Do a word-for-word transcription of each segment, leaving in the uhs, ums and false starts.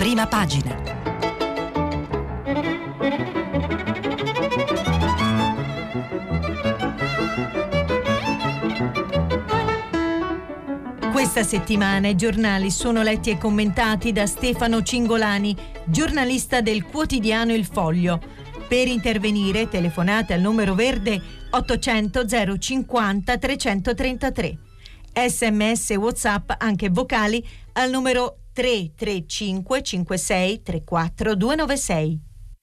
Prima pagina. Questa settimana i giornali sono letti e commentati da Stefano Cingolani, giornalista del quotidiano Il Foglio. Per intervenire telefonate al numero verde ottocento zero cinquanta trecentotrentatré. Sms e WhatsApp anche vocali al numero tre tre cinque cinque sei tre quattro due nove sei.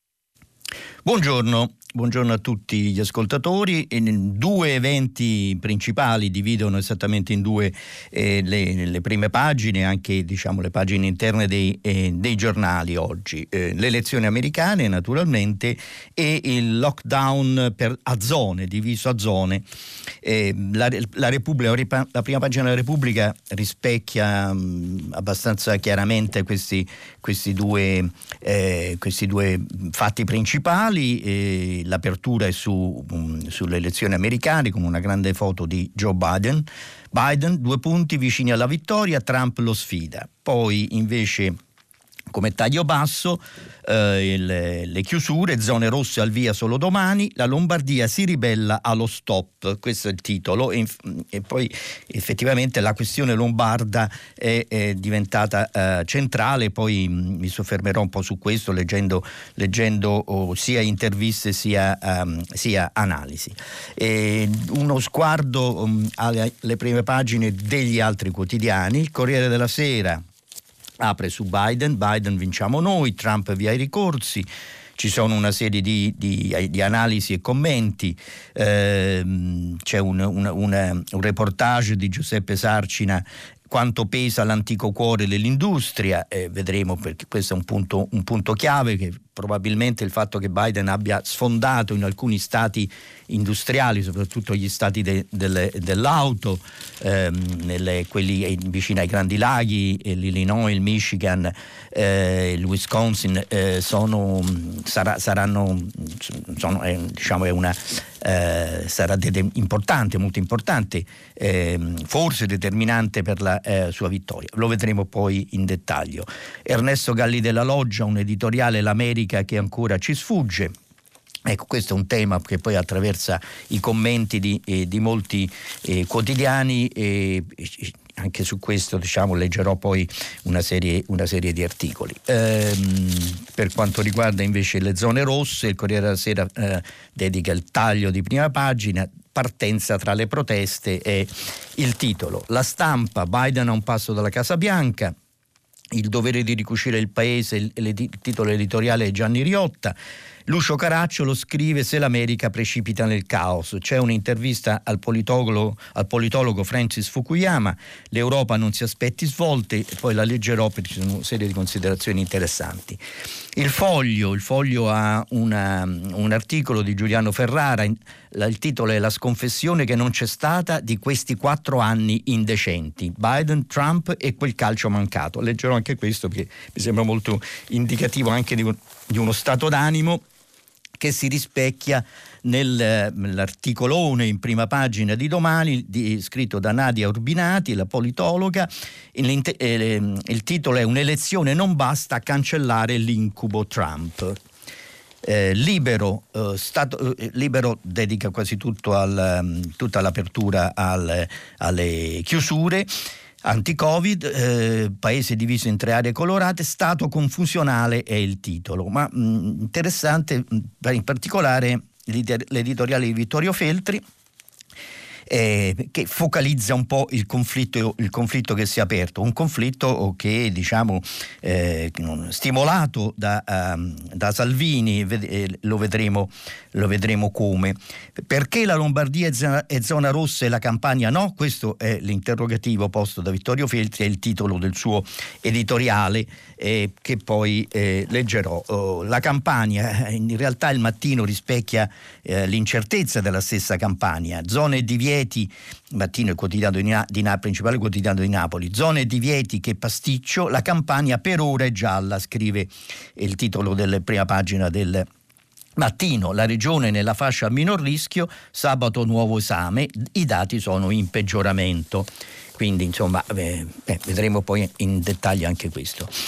Buongiorno. Buongiorno a tutti gli ascoltatori. Due eventi principali dividono esattamente in due eh, le, le prime pagine, anche diciamo le pagine interne dei, eh, dei giornali oggi. Eh, le elezioni americane naturalmente e il lockdown per, a zone, diviso a zone. Eh, la, la, Repubblica, la prima pagina della Repubblica rispecchia mh, abbastanza chiaramente questi, questi, due, eh, questi due fatti principali. Eh, L'apertura è su, um, sulle elezioni americane con una grande foto di Joe Biden. Biden, due punti vicini alla vittoria, Trump lo sfida. Poi invece come taglio basso eh, le, le chiusure, zone rosse al via solo domani, la Lombardia si ribella allo stop, questo è il titolo, e, e poi effettivamente la questione lombarda è, è diventata eh, centrale. Poi mh, mi soffermerò un po' su questo leggendo, leggendo oh, sia interviste sia, um, sia analisi. E uno sguardo um, alle, alle prime pagine degli altri quotidiani. Il Corriere della Sera apre su Biden, Biden vinciamo noi, Trump via i ricorsi. Ci sono una serie di, di, di analisi e commenti, eh, c'è un, un, un, un reportage di Giuseppe Sarcina, quanto pesa l'antico cuore dell'industria, eh, vedremo, perché questo è un punto, un punto chiave, che probabilmente il fatto che Biden abbia sfondato in alcuni stati industriali, soprattutto gli stati de, de, dell'auto, ehm, nelle, quelli vicini ai Grandi Laghi, l'Illinois, il Michigan, eh, il Wisconsin, eh, sono, sarà, saranno, sono, eh, diciamo è una, eh, sarà de- importante, molto importante, eh, forse determinante per la eh, sua vittoria. Lo vedremo poi in dettaglio. Ernesto Galli della Loggia, un editoriale, l'America che ancora ci sfugge. Ecco, questo è un tema che poi attraversa i commenti di, eh, di molti eh, quotidiani, e anche su questo diciamo leggerò poi una serie, una serie di articoli. Ehm, per quanto riguarda invece le zone rosse, il Corriere della Sera eh, dedica il taglio di prima pagina, partenza tra le proteste, e il titolo. La Stampa, Biden a un passo dalla Casa Bianca. Il dovere di ricucire il paese, il, il titolo editoriale è Gianni Riotta. Lucio Caraccio lo scrive: se l'America precipita nel caos. C'è un'intervista al politologo, al politologo Francis Fukuyama, l'Europa non si aspetti svolte, e poi la leggerò perché ci sono una serie di considerazioni interessanti. Il Foglio, il Foglio ha una, un articolo di Giuliano Ferrara, il titolo è La sconfessione che non c'è stata di questi quattro anni indecenti, Biden, Trump e quel calcio mancato. Leggerò anche questo perché mi sembra molto indicativo anche di, di uno stato d'animo che si rispecchia nell'articolone in prima pagina di Domani, di, scritto da Nadia Urbinati, la politologa. Il, eh, il titolo è Un'elezione non basta a cancellare l'incubo Trump. Eh, libero, eh, stato, eh, libero dedica quasi tutto al, um, tutta l'apertura al, alle chiusure. Anti-Covid, eh, paese diviso in tre aree colorate, stato confusionale è il titolo, ma mh, interessante mh, in particolare l'editoriale di Vittorio Feltri, eh, che focalizza un po' il conflitto, il conflitto che si è aperto, un conflitto che diciamo eh, stimolato da, um, da Salvini, eh, lo vedremo, lo vedremo come. Perché la Lombardia è zona, è zona rossa e la Campania no? Questo è l'interrogativo posto da Vittorio Feltri, è il titolo del suo editoriale, eh, che poi eh, leggerò. Oh, la Campania, in realtà il Mattino rispecchia eh, l'incertezza della stessa Campania, zone e divieti. Mattino, il quotidiano di, Na- di Na- principale quotidiano di Napoli, zone e divieti che pasticcio, la Campania per ora è gialla, scrive il titolo della prima pagina del Mattino. La regione nella fascia a minor rischio, sabato nuovo esame, i dati sono in peggioramento, quindi insomma eh, eh, vedremo poi in dettaglio anche questo.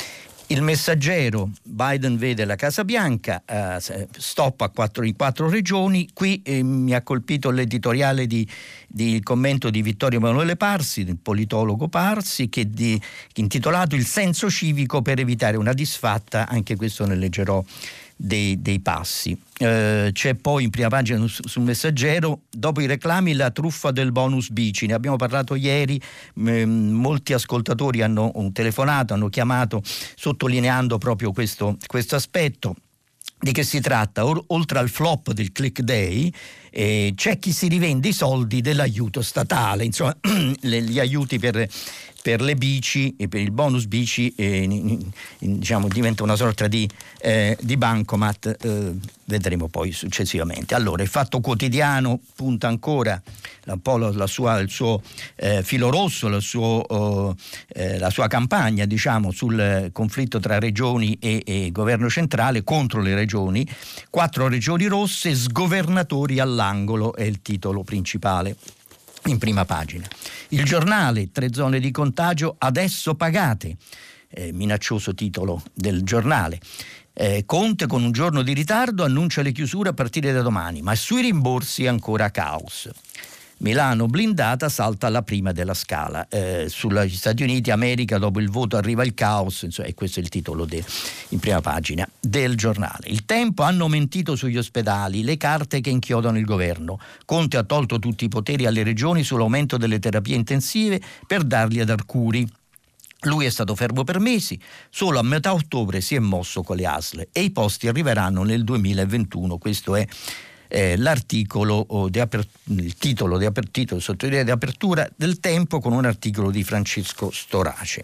Il Messaggero, Biden vede la Casa Bianca, eh, stop a quattro, in quattro regioni. Qui eh, mi ha colpito l'editoriale di, di il commento di Vittorio Emanuele Parsi, del politologo Parsi, che di, intitolato Il senso civico per evitare una disfatta, anche questo ne leggerò dei, dei passi. Eh, c'è poi in prima pagina su, sul Messaggero, dopo i reclami, la truffa del bonus bici. Ne abbiamo parlato ieri, eh, molti ascoltatori hanno telefonato, hanno chiamato sottolineando proprio questo, questo aspetto. Di che si tratta? Or, oltre al flop del click day, eh, c'è chi si rivende i soldi dell'aiuto statale, insomma le, gli aiuti per, per le bici e per il bonus bici, eh, in, in, diciamo diventa una sorta di, eh, di bancomat, eh, vedremo poi successivamente. Allora, il Fatto Quotidiano punta ancora un po' la, la sua, il suo eh, filo rosso, la, suo, eh, la sua campagna, diciamo, sul conflitto tra regioni e, e governo centrale contro le regioni. Quattro regioni rosse, sgovernatori all'angolo è il titolo principale in prima pagina. Il Giornale, tre zone di contagio adesso pagate, eh, minaccioso titolo del Giornale. Eh, Conte con un giorno di ritardo annuncia le chiusure a partire da domani, ma sui rimborsi ancora caos. Milano blindata, salta alla prima della scala. Eh, sugli Stati Uniti, America, dopo il voto arriva il caos, insomma, e questo è il titolo de, in prima pagina del Giornale. Il Tempo, hanno mentito sugli ospedali, le carte che inchiodano il governo. Conte ha tolto tutti i poteri alle regioni sull'aumento delle terapie intensive per darli ad Arcuri. Lui è stato fermo per mesi, solo a metà ottobre si è mosso con le A S L e i posti arriveranno nel duemilaventuno. Questo è Eh, l'articolo o di aper, il titolo di apertito, il sottolineo di apertura del Tempo, con un articolo di Francesco Storace.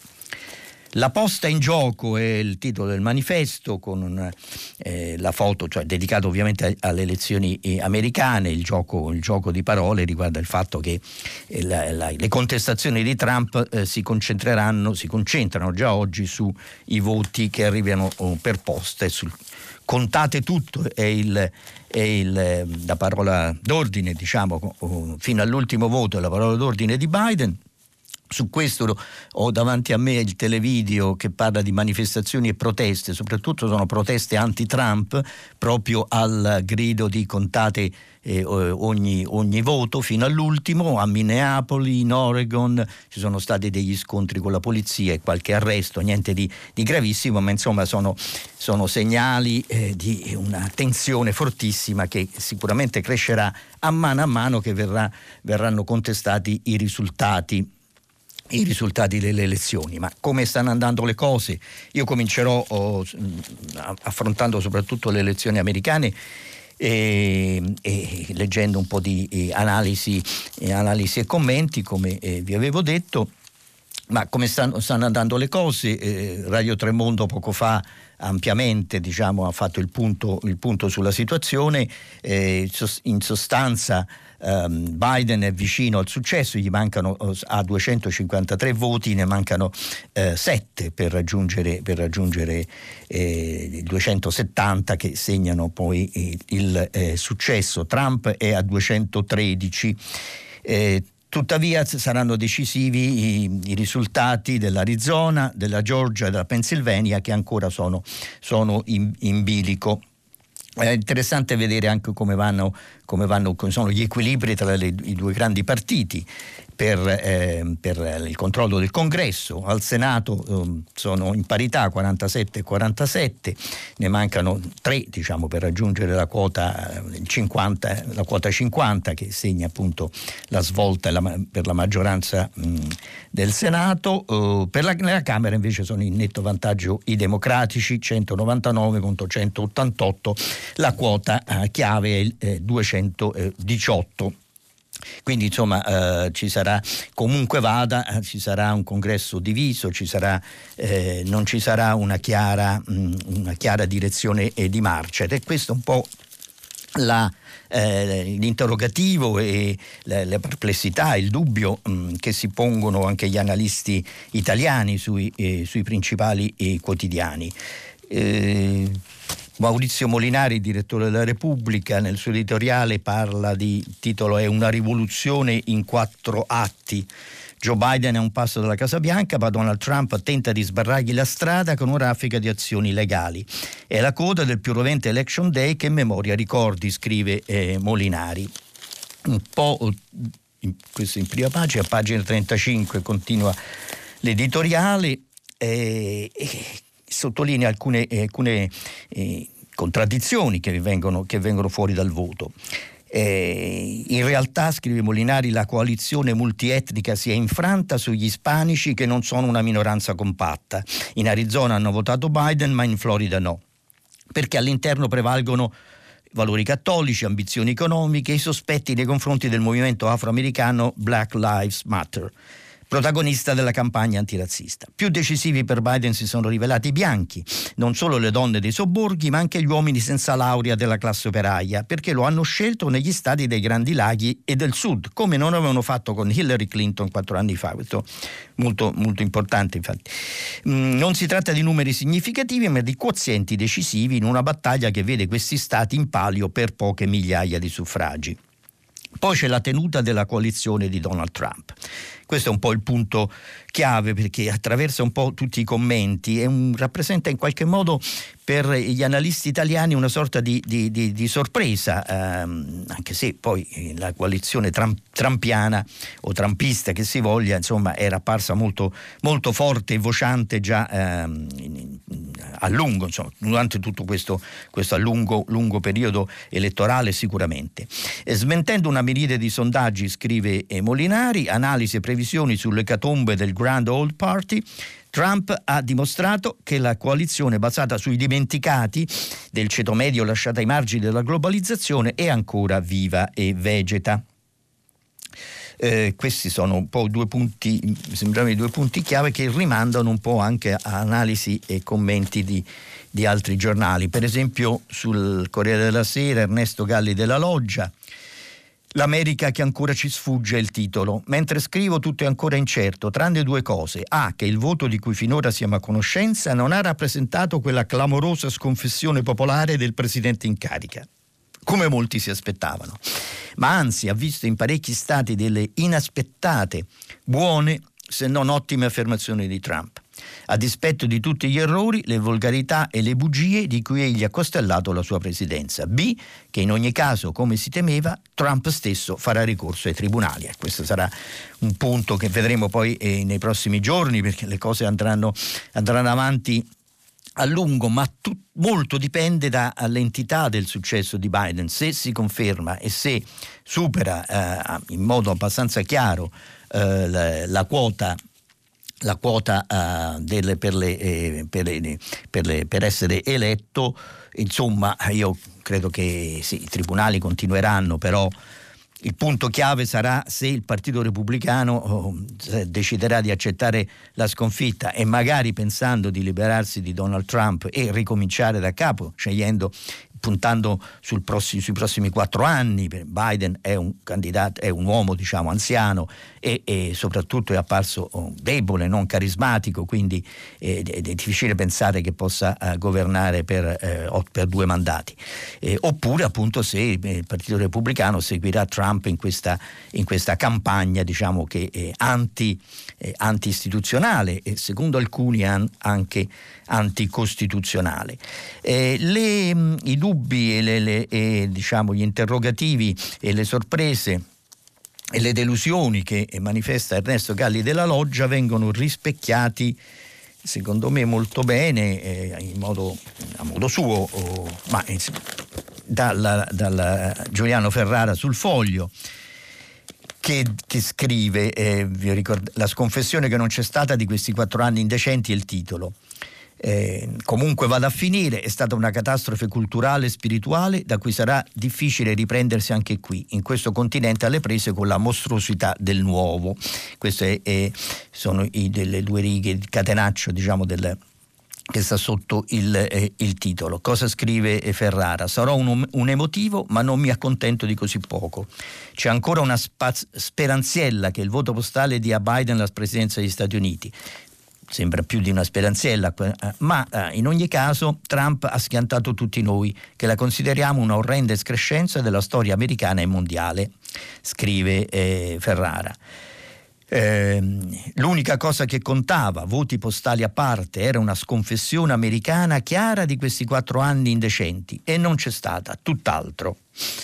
La posta in gioco è il titolo del manifesto, con una, eh, la foto, cioè dedicato ovviamente alle elezioni eh, americane. Il gioco, il gioco di parole riguarda il fatto che eh, la, la, le contestazioni di Trump eh, si concentreranno, si concentrano già oggi sui voti che arrivano oh, per posta e sul contate tutto è, il, è il, la parola d'ordine, diciamo, fino all'ultimo voto è la parola d'ordine di Biden. Su questo ho davanti a me il televideo che parla di manifestazioni e proteste, soprattutto sono proteste anti-Trump, proprio al grido di contate eh, ogni, ogni voto fino all'ultimo. A Minneapolis, in Oregon, ci sono stati degli scontri con la polizia e qualche arresto, niente di, di gravissimo, ma insomma sono, sono segnali eh, di una tensione fortissima che sicuramente crescerà a mano a mano che verrà, verranno contestati i risultati i risultati delle elezioni. Ma come stanno andando le cose? Io comincerò oh, affrontando soprattutto le elezioni americane e, e leggendo un po' di eh, analisi, eh, analisi e commenti, come eh, vi avevo detto. Ma come stanno, stanno andando le cose? Eh, Radio Tremondo poco fa ampiamente, diciamo, ha fatto il punto, il punto sulla situazione. Eh, in sostanza Um, Biden è vicino al successo, gli mancano a duecentocinquantatré voti, ne mancano eh, sette per raggiungere, per raggiungere eh, i duecentosettanta che segnano poi eh, il eh, successo. Trump è a duecentotredici. Eh, Tuttavia saranno decisivi i, i risultati dell'Arizona, della Georgia e della Pennsylvania, che ancora sono, sono in, in bilico. È interessante vedere anche come vanno, come vanno, come sono gli equilibri tra le, i due grandi partiti per, eh, per il controllo del Congresso. Al Senato eh, sono in parità quarantasette e quarantasette, ne mancano tre, diciamo, per raggiungere la quota cinquanta, la quota cinquanta, che segna appunto la svolta la, per la maggioranza mh, del Senato. Uh, per la, nella Camera invece sono in netto vantaggio i democratici, centonovantanove contro centottantotto, la quota uh, chiave è il eh, duecentodiciotto. Quindi insomma eh, ci sarà, comunque vada, eh, ci sarà un congresso diviso, ci sarà, eh, non ci sarà una chiara, mh, una chiara direzione eh, di marcia, ed è questo un po' la, eh, l'interrogativo e le, le perplessità, il dubbio mh, che si pongono anche gli analisti italiani sui, eh, sui principali eh, quotidiani. Eh, Maurizio Molinari, direttore della Repubblica, nel suo editoriale parla di, il titolo è Una rivoluzione in quattro atti, Joe Biden è a un passo dalla Casa Bianca, ma Donald Trump tenta di sbarrargli la strada con una raffica di azioni legali. È la coda del più rovente Election Day che memoria ricordi, scrive eh, Molinari. Un po' in, questo in prima pagina, a pagina trentacinque continua l'editoriale e, e sottolinea alcune, eh, alcune eh, contraddizioni che vengono, che vengono fuori dal voto. Eh, in realtà, scrive Molinari, la coalizione multietnica si è infranta sugli ispanici che non sono una minoranza compatta. In Arizona hanno votato Biden, ma in Florida no, perché all'interno prevalgono valori cattolici, ambizioni economiche e i sospetti nei confronti del movimento afroamericano Black Lives Matter, protagonista della campagna antirazzista. Più decisivi per Biden si sono rivelati i bianchi, non solo le donne dei sobborghi, ma anche gli uomini senza laurea della classe operaia, perché lo hanno scelto negli stati dei Grandi Laghi e del Sud, come non avevano fatto con Hillary Clinton quattro anni fa. Questo molto, molto importante, infatti. Non si tratta di numeri significativi, ma di quozienti decisivi in una battaglia che vede questi stati in palio per poche migliaia di suffragi. Poi c'è la tenuta della coalizione di Donald Trump. Questo è un po' il punto chiave, perché attraversa un po' tutti i commenti e un, rappresenta in qualche modo per gli analisti italiani una sorta di, di, di, di sorpresa, ehm, anche se poi la coalizione Trump, trumpiana o trumpista che si voglia, insomma, era apparsa molto, molto forte e vociante già ehm, in, in, a lungo, insomma, durante tutto questo, questo a lungo, lungo periodo elettorale sicuramente. E smentendo una miriade di sondaggi, scrive Molinari, analisi e previsioni sull'ecatombe del Grand Old Party, Trump ha dimostrato che la coalizione basata sui dimenticati del ceto medio lasciata ai margini della globalizzazione è ancora viva e vegeta. Eh, questi sono un po' due punti, mi sembrano i due punti chiave che rimandano un po' anche a analisi e commenti di, di altri giornali. Per esempio sul Corriere della Sera, Ernesto Galli della Loggia, l'America che ancora ci sfugge è il titolo. Mentre scrivo tutto è ancora incerto, tranne due cose. A, che il voto di cui finora siamo a conoscenza non ha rappresentato quella clamorosa sconfissione popolare del presidente in carica, come molti si aspettavano, ma anzi ha visto in parecchi stati delle inaspettate, buone se non ottime affermazioni di Trump, a dispetto di tutti gli errori, le volgarità e le bugie di cui egli ha costellato la sua presidenza. B, che in ogni caso, come si temeva, Trump stesso farà ricorso ai tribunali. E questo sarà un punto che vedremo poi eh, nei prossimi giorni, perché le cose andranno, andranno avanti a lungo, ma tu, molto dipende dall'entità del successo di Biden. Se si conferma e se supera eh, in modo abbastanza chiaro eh, la, la quota la quota uh, delle, per, le, eh, per, le, per, le, per essere eletto, insomma io credo che sì, i tribunali continueranno, però il punto chiave sarà se il Partito Repubblicano oh, deciderà di accettare la sconfitta e magari pensando di liberarsi di Donald Trump e ricominciare da capo, scegliendo puntando sul prossimo, sui prossimi quattro anni. Biden è un candidato, è un uomo diciamo anziano e, e soprattutto è apparso oh, debole, non carismatico, quindi eh, è difficile pensare che possa eh, governare per, eh, per due mandati. Eh, oppure appunto se il Partito Repubblicano seguirà Trump in questa, in questa campagna diciamo che è anti, eh, anti-istituzionale e secondo alcuni an, anche anticostituzionale. Eh, le, I dubbi e, le, le, e diciamo gli interrogativi e le sorprese e le delusioni che manifesta Ernesto Galli della Loggia vengono rispecchiati secondo me molto bene eh, in modo, a modo suo oh, ma eh, dalla, dalla Giuliano Ferrara sul Foglio che, che scrive eh, vi ricord- la sconfessione che non c'è stata di questi quattro anni indecenti è il titolo. Eh, comunque vada a finire, è stata una catastrofe culturale e spirituale da cui sarà difficile riprendersi anche qui, in questo continente alle prese con la mostruosità del nuovo. Queste è, è, sono i, delle due righe, il catenaccio diciamo del, che sta sotto il, eh, il titolo. Cosa scrive Ferrara? Sarò un, un emotivo ma non mi accontento di così poco. C'è ancora una spaz- speranziella che il voto postale dia a Biden la presidenza degli Stati Uniti. Sembra più di una speranziella, ma in ogni caso Trump ha schiantato tutti noi, che la consideriamo una orrenda escrescenza della storia americana e mondiale, scrive eh, Ferrara. Eh, l'unica cosa che contava, voti postali a parte, era una sconfessione americana chiara di questi quattro anni indecenti, e non c'è stata, tutt'altro.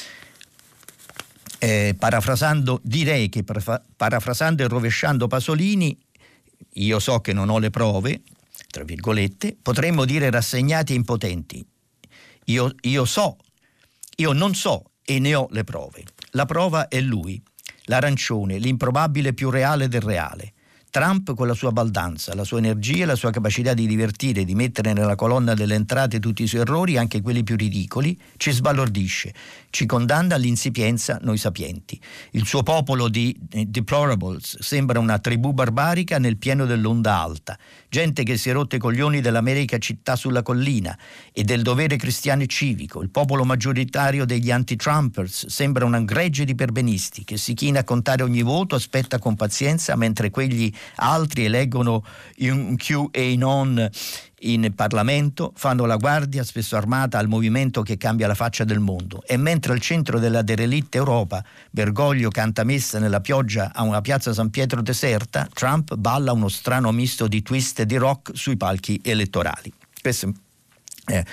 Eh, parafrasando, direi che parafrasando e rovesciando Pasolini, io so che non ho le prove, tra virgolette, potremmo dire rassegnati e impotenti. Io, io so, io non so e ne ho le prove. La prova è lui, l'arancione, l'improbabile più reale del reale. Trump, con la sua baldanza, la sua energia e la sua capacità di divertire, di mettere nella colonna delle entrate tutti i suoi errori, anche quelli più ridicoli, ci sbalordisce, ci condanna all'insipienza noi sapienti. Il suo popolo di deplorables sembra una tribù barbarica nel pieno dell'onda alta, gente che si è rotta i coglioni dell'America città sulla collina e del dovere cristiano e civico. Il popolo maggioritario degli anti-Trumpers sembra un gregge di perbenisti che si china a contare ogni voto, aspetta con pazienza, mentre quegli altri eleggono un Q e non in Parlamento, fanno la guardia, spesso armata, al movimento che cambia la faccia del mondo. E mentre al centro della derelitta Europa Bergoglio canta messa nella pioggia a una piazza San Pietro deserta, Trump balla uno strano misto di twist e di rock sui palchi elettorali. Questo Eh,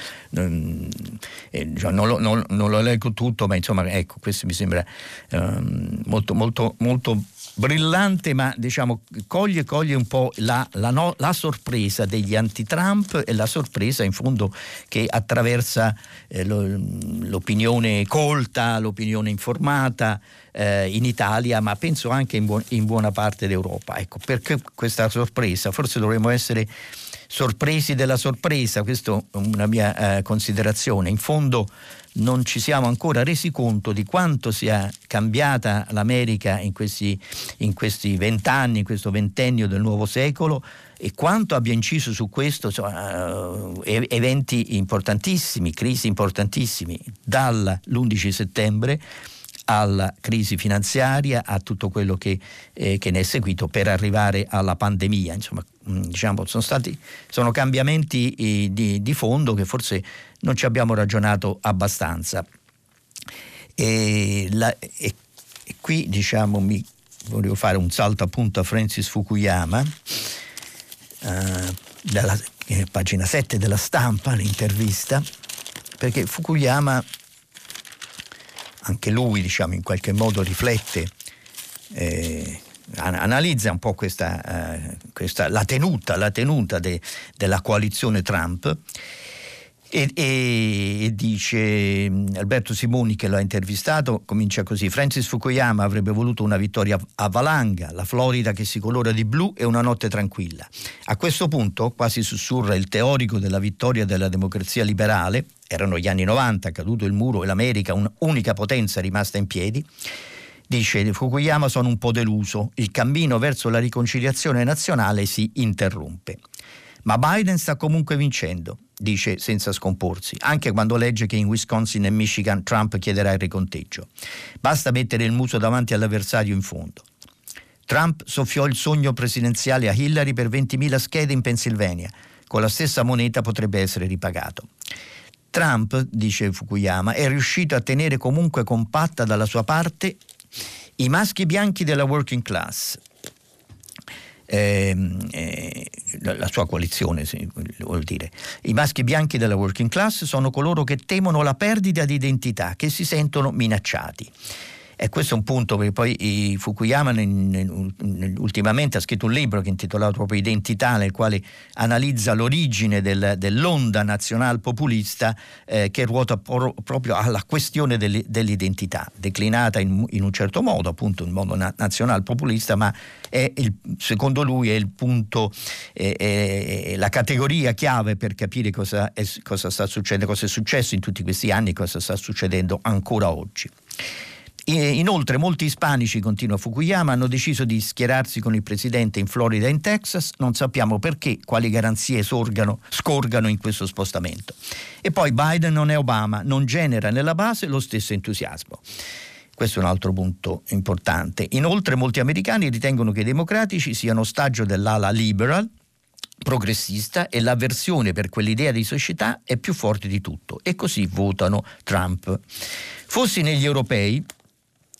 eh, cioè non, lo, non, non lo leggo tutto, ma insomma, ecco, questo mi sembra ehm, molto, molto, molto brillante, ma diciamo coglie, coglie un po' la, la, no, la sorpresa degli anti-Trump e la sorpresa in fondo che attraversa eh, lo, l'opinione colta, l'opinione informata eh, in Italia, ma penso anche in, buon, in buona parte d'Europa. Ecco, perché questa sorpresa? Forse dovremmo essere sorpresi della sorpresa, questa è una mia eh, considerazione. In fondo non ci siamo ancora resi conto di quanto sia cambiata l'America in questi in questi vent'anni, in questo ventennio del nuovo secolo, e quanto abbia inciso su questo uh, eventi importantissimi, crisi importantissimi, dall'undici settembre alla crisi finanziaria, a tutto quello che, eh, che ne è seguito per arrivare alla pandemia. Insomma, mh, diciamo, sono stati sono cambiamenti eh, di, di fondo che forse non ci abbiamo ragionato abbastanza. E, la, e, e qui diciamo mi volevo fare un salto appunto a Francis Fukuyama, eh, dalla eh, pagina sette della Stampa, l'intervista, perché Fukuyama anche lui, diciamo, in qualche modo riflette, eh, analizza un po' questa, eh, questa la tenuta, la tenuta de, della coalizione Trump, e, e, e dice, Alberto Simoni, che l'ha intervistato, comincia così: Francis Fukuyama avrebbe voluto una vittoria a valanga, la Florida che si colora di blu e una notte tranquilla. A questo punto, quasi sussurra il teorico della vittoria della democrazia liberale, erano gli anni novanta, caduto il muro e l'America, un'unica potenza rimasta in piedi, dice Fukuyama: sono un po' deluso, il cammino verso la riconciliazione nazionale si interrompe. Ma Biden sta comunque vincendo, dice senza scomporsi, anche quando legge che in Wisconsin e Michigan Trump chiederà il riconteggio. Basta mettere il muso davanti all'avversario in fondo. Trump soffiò il sogno presidenziale a Hillary per ventimila schede in Pennsylvania, con la stessa moneta potrebbe essere ripagato. Trump, dice Fukuyama, è riuscito a tenere comunque compatta dalla sua parte i maschi bianchi della working class. Eh, eh, la sua coalizione, sì, vuol dire. I maschi bianchi della working class sono coloro che temono la perdita di identità, che si sentono minacciati. E questo è un punto che poi Fukuyama ultimamente ha scritto un libro che è intitolato proprio Identità, nel quale analizza l'origine del, dell'onda nazional populista eh, che ruota por, proprio alla questione delle, dell'identità, declinata in, in un certo modo, appunto in modo na, nazional populista, ma è il, secondo lui è il punto, è, è la categoria chiave per capire cosa, è, cosa sta succedendo, cosa è successo in tutti questi anni, cosa sta succedendo ancora oggi. Inoltre molti ispanici, continua Fukuyama, hanno deciso di schierarsi con il presidente in Florida e in Texas, non sappiamo perché, quali garanzie sorgano, scorgano in questo spostamento. E poi Biden non è Obama, non genera nella base lo stesso entusiasmo. Questo è un altro punto importante. Inoltre molti americani ritengono che i democratici siano ostaggio dell'ala liberal, progressista, e l'avversione per quell'idea di società è più forte di tutto, e così votano Trump. Fossi negli europei,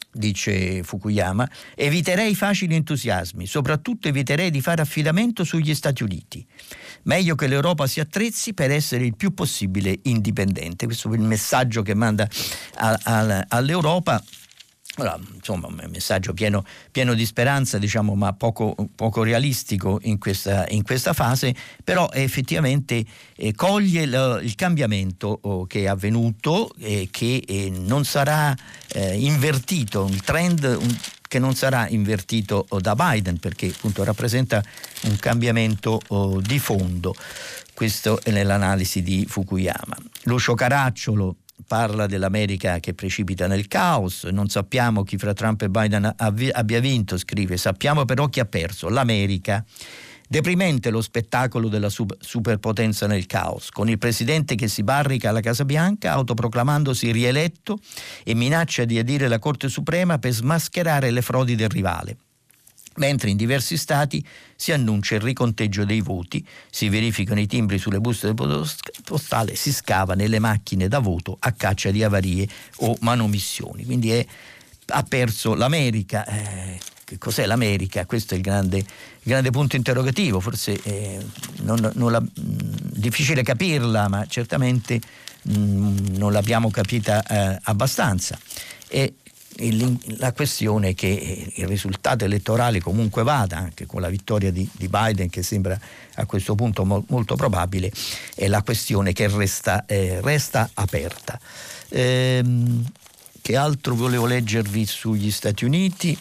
dice Fukuyama, eviterei facili entusiasmi, soprattutto eviterei di fare affidamento sugli Stati Uniti. Meglio che l'Europa si attrezzi per essere il più possibile indipendente. Questo è il messaggio che manda a, a, all'Europa. Allora, insomma, un messaggio pieno, pieno di speranza, diciamo, ma poco, poco realistico in questa, in questa fase, però effettivamente eh, coglie l, il cambiamento oh, che è avvenuto e che eh, non sarà eh, invertito, un trend un, che non sarà invertito oh, da Biden, perché appunto rappresenta un cambiamento oh, di fondo. Questo è nell'analisi di Fukuyama. Lucio Caracciolo parla dell'America che precipita nel caos, non sappiamo chi fra Trump e Biden abbia vinto, scrive, sappiamo però chi ha perso, l'America. Deprimente lo spettacolo della superpotenza nel caos, con il presidente che si barrica alla Casa Bianca autoproclamandosi rieletto e minaccia di adire la Corte Suprema per smascherare le frodi del rivale. Mentre in diversi stati si annuncia il riconteggio dei voti, si verificano i timbri sulle buste del postale, si scava nelle macchine da voto a caccia di avarie o manomissioni. Quindi è, ha perso l'America. Eh, che cos'è l'America? Questo è il grande, il grande punto interrogativo. Forse eh, non, non la, mh, difficile capirla, ma certamente mh, non l'abbiamo capita eh, abbastanza. E la questione è che il risultato elettorale comunque vada, anche con la vittoria di, di Biden, che sembra a questo punto mo, molto probabile, è la questione che resta, eh, resta aperta. Ehm, che altro volevo leggervi sugli Stati Uniti?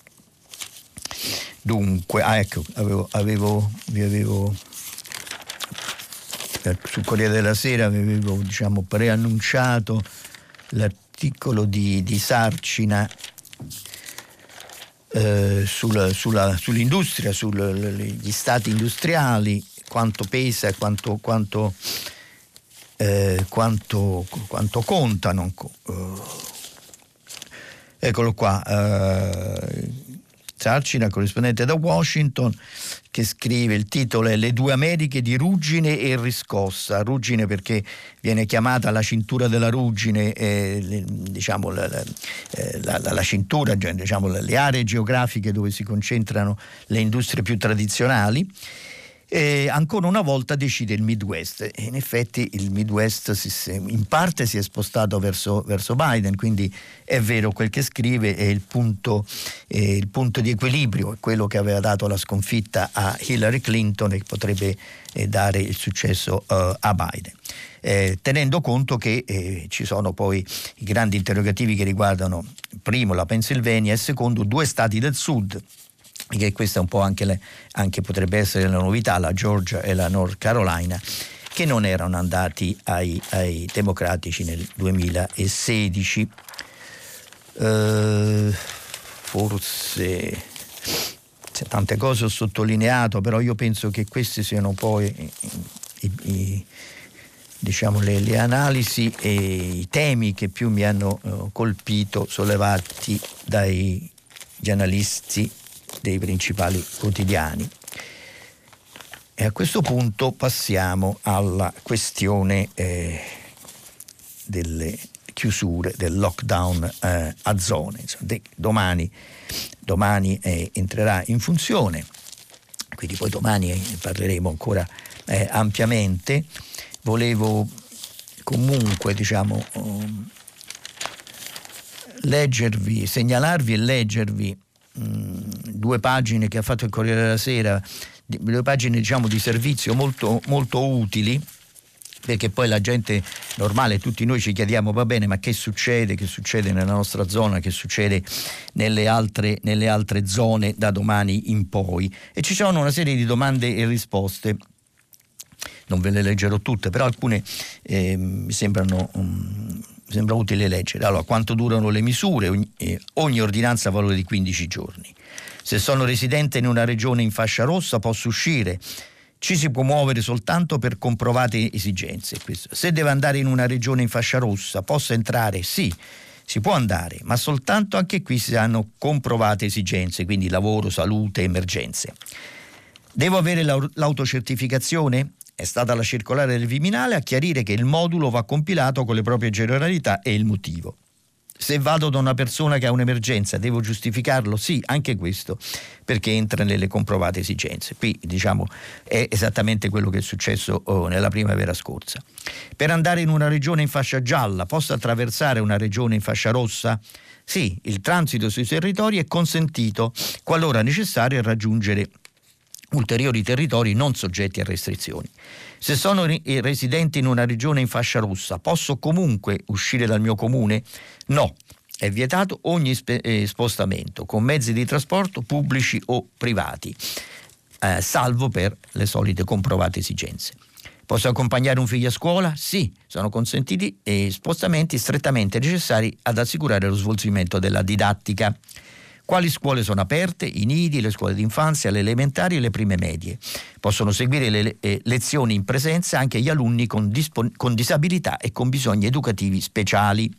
Dunque, ah, ecco, avevo, avevo, vi avevo sul Corriere della Sera avevo, diciamo, preannunciato l'articolo di, di Sarcina eh, sul, sulla, sull'industria, sugli stati industriali, quanto pesa e quanto, quanto, eh, quanto, quanto contano. Uh, eccolo qua, uh, Sarcina, corrispondente da Washington, che scrive, il titolo è Le due Americhe di ruggine e riscossa. Ruggine perché viene chiamata la cintura della ruggine, eh, diciamo la, la, la, la cintura, diciamo le aree geografiche dove si concentrano le industrie più tradizionali. E ancora una volta decide il Midwest, e in effetti il Midwest si, in parte si è spostato verso, verso Biden, quindi è vero quel che scrive, è il punto, eh, il punto di equilibrio, è quello che aveva dato la sconfitta a Hillary Clinton e che potrebbe eh, dare il successo uh, a Biden. Eh, tenendo conto che eh, ci sono poi i grandi interrogativi che riguardano primo la Pennsylvania e secondo due stati del sud, che questa è un po' anche, le, anche potrebbe essere la novità, la Georgia e la North Carolina, che non erano andati ai, ai democratici nel duemilasedici. Uh, forse c'è tante cose ho sottolineato, però io penso che questi siano poi i, i, i, diciamo le, le analisi e i temi che più mi hanno uh, colpito, sollevati dai giornalisti dei principali quotidiani. E a questo punto passiamo alla questione eh, delle chiusure, del lockdown eh, a zone. Insomma, de- domani domani eh, entrerà in funzione, quindi poi domani eh, parleremo ancora eh, ampiamente. Volevo comunque, diciamo, um, leggervi, segnalarvi e leggervi due pagine che ha fatto il Corriere della Sera, due pagine diciamo di servizio molto, molto utili, perché poi la gente normale, tutti noi ci chiediamo, va bene, ma che succede, che succede nella nostra zona, che succede nelle altre, nelle altre zone da domani in poi, e ci sono una serie di domande e risposte. Non ve le leggerò tutte, però alcune eh, mi sembrano um, mi sembra utile leggere. Allora, quanto durano le misure? Ogni, eh, ogni ordinanza ha valore di quindici giorni. Se sono residente in una regione in fascia rossa posso uscire. Ci si può muovere soltanto per comprovate esigenze. Se deve andare in una regione in fascia rossa posso entrare? Sì, si può andare, ma soltanto anche qui si hanno comprovate esigenze, quindi lavoro, salute, emergenze. Devo avere l'autocertificazione? È stata la circolare del Viminale a chiarire che il modulo va compilato con le proprie generalità e il motivo. Se vado da una persona che ha un'emergenza, devo giustificarlo? Sì, anche questo, perché entra nelle comprovate esigenze. Qui, diciamo, è esattamente quello che è successo oh, nella primavera scorsa. Per andare in una regione in fascia gialla, posso attraversare una regione in fascia rossa? Sì, il transito sui territori è consentito qualora necessario raggiungere ulteriori territori non soggetti a restrizioni. Se sono residente in una regione in fascia rossa, posso comunque uscire dal mio comune? No, è vietato ogni spe- eh, spostamento con mezzi di trasporto pubblici o privati, eh, salvo per le solite comprovate esigenze. Posso accompagnare un figlio a scuola? Sì, sono consentiti eh, spostamenti strettamente necessari ad assicurare lo svolgimento della didattica. Quali scuole sono aperte? I nidi, le scuole d'infanzia, le elementari e le prime medie. Possono seguire le eh, lezioni in presenza anche gli alunni con, dispon- con disabilità e con bisogni educativi speciali.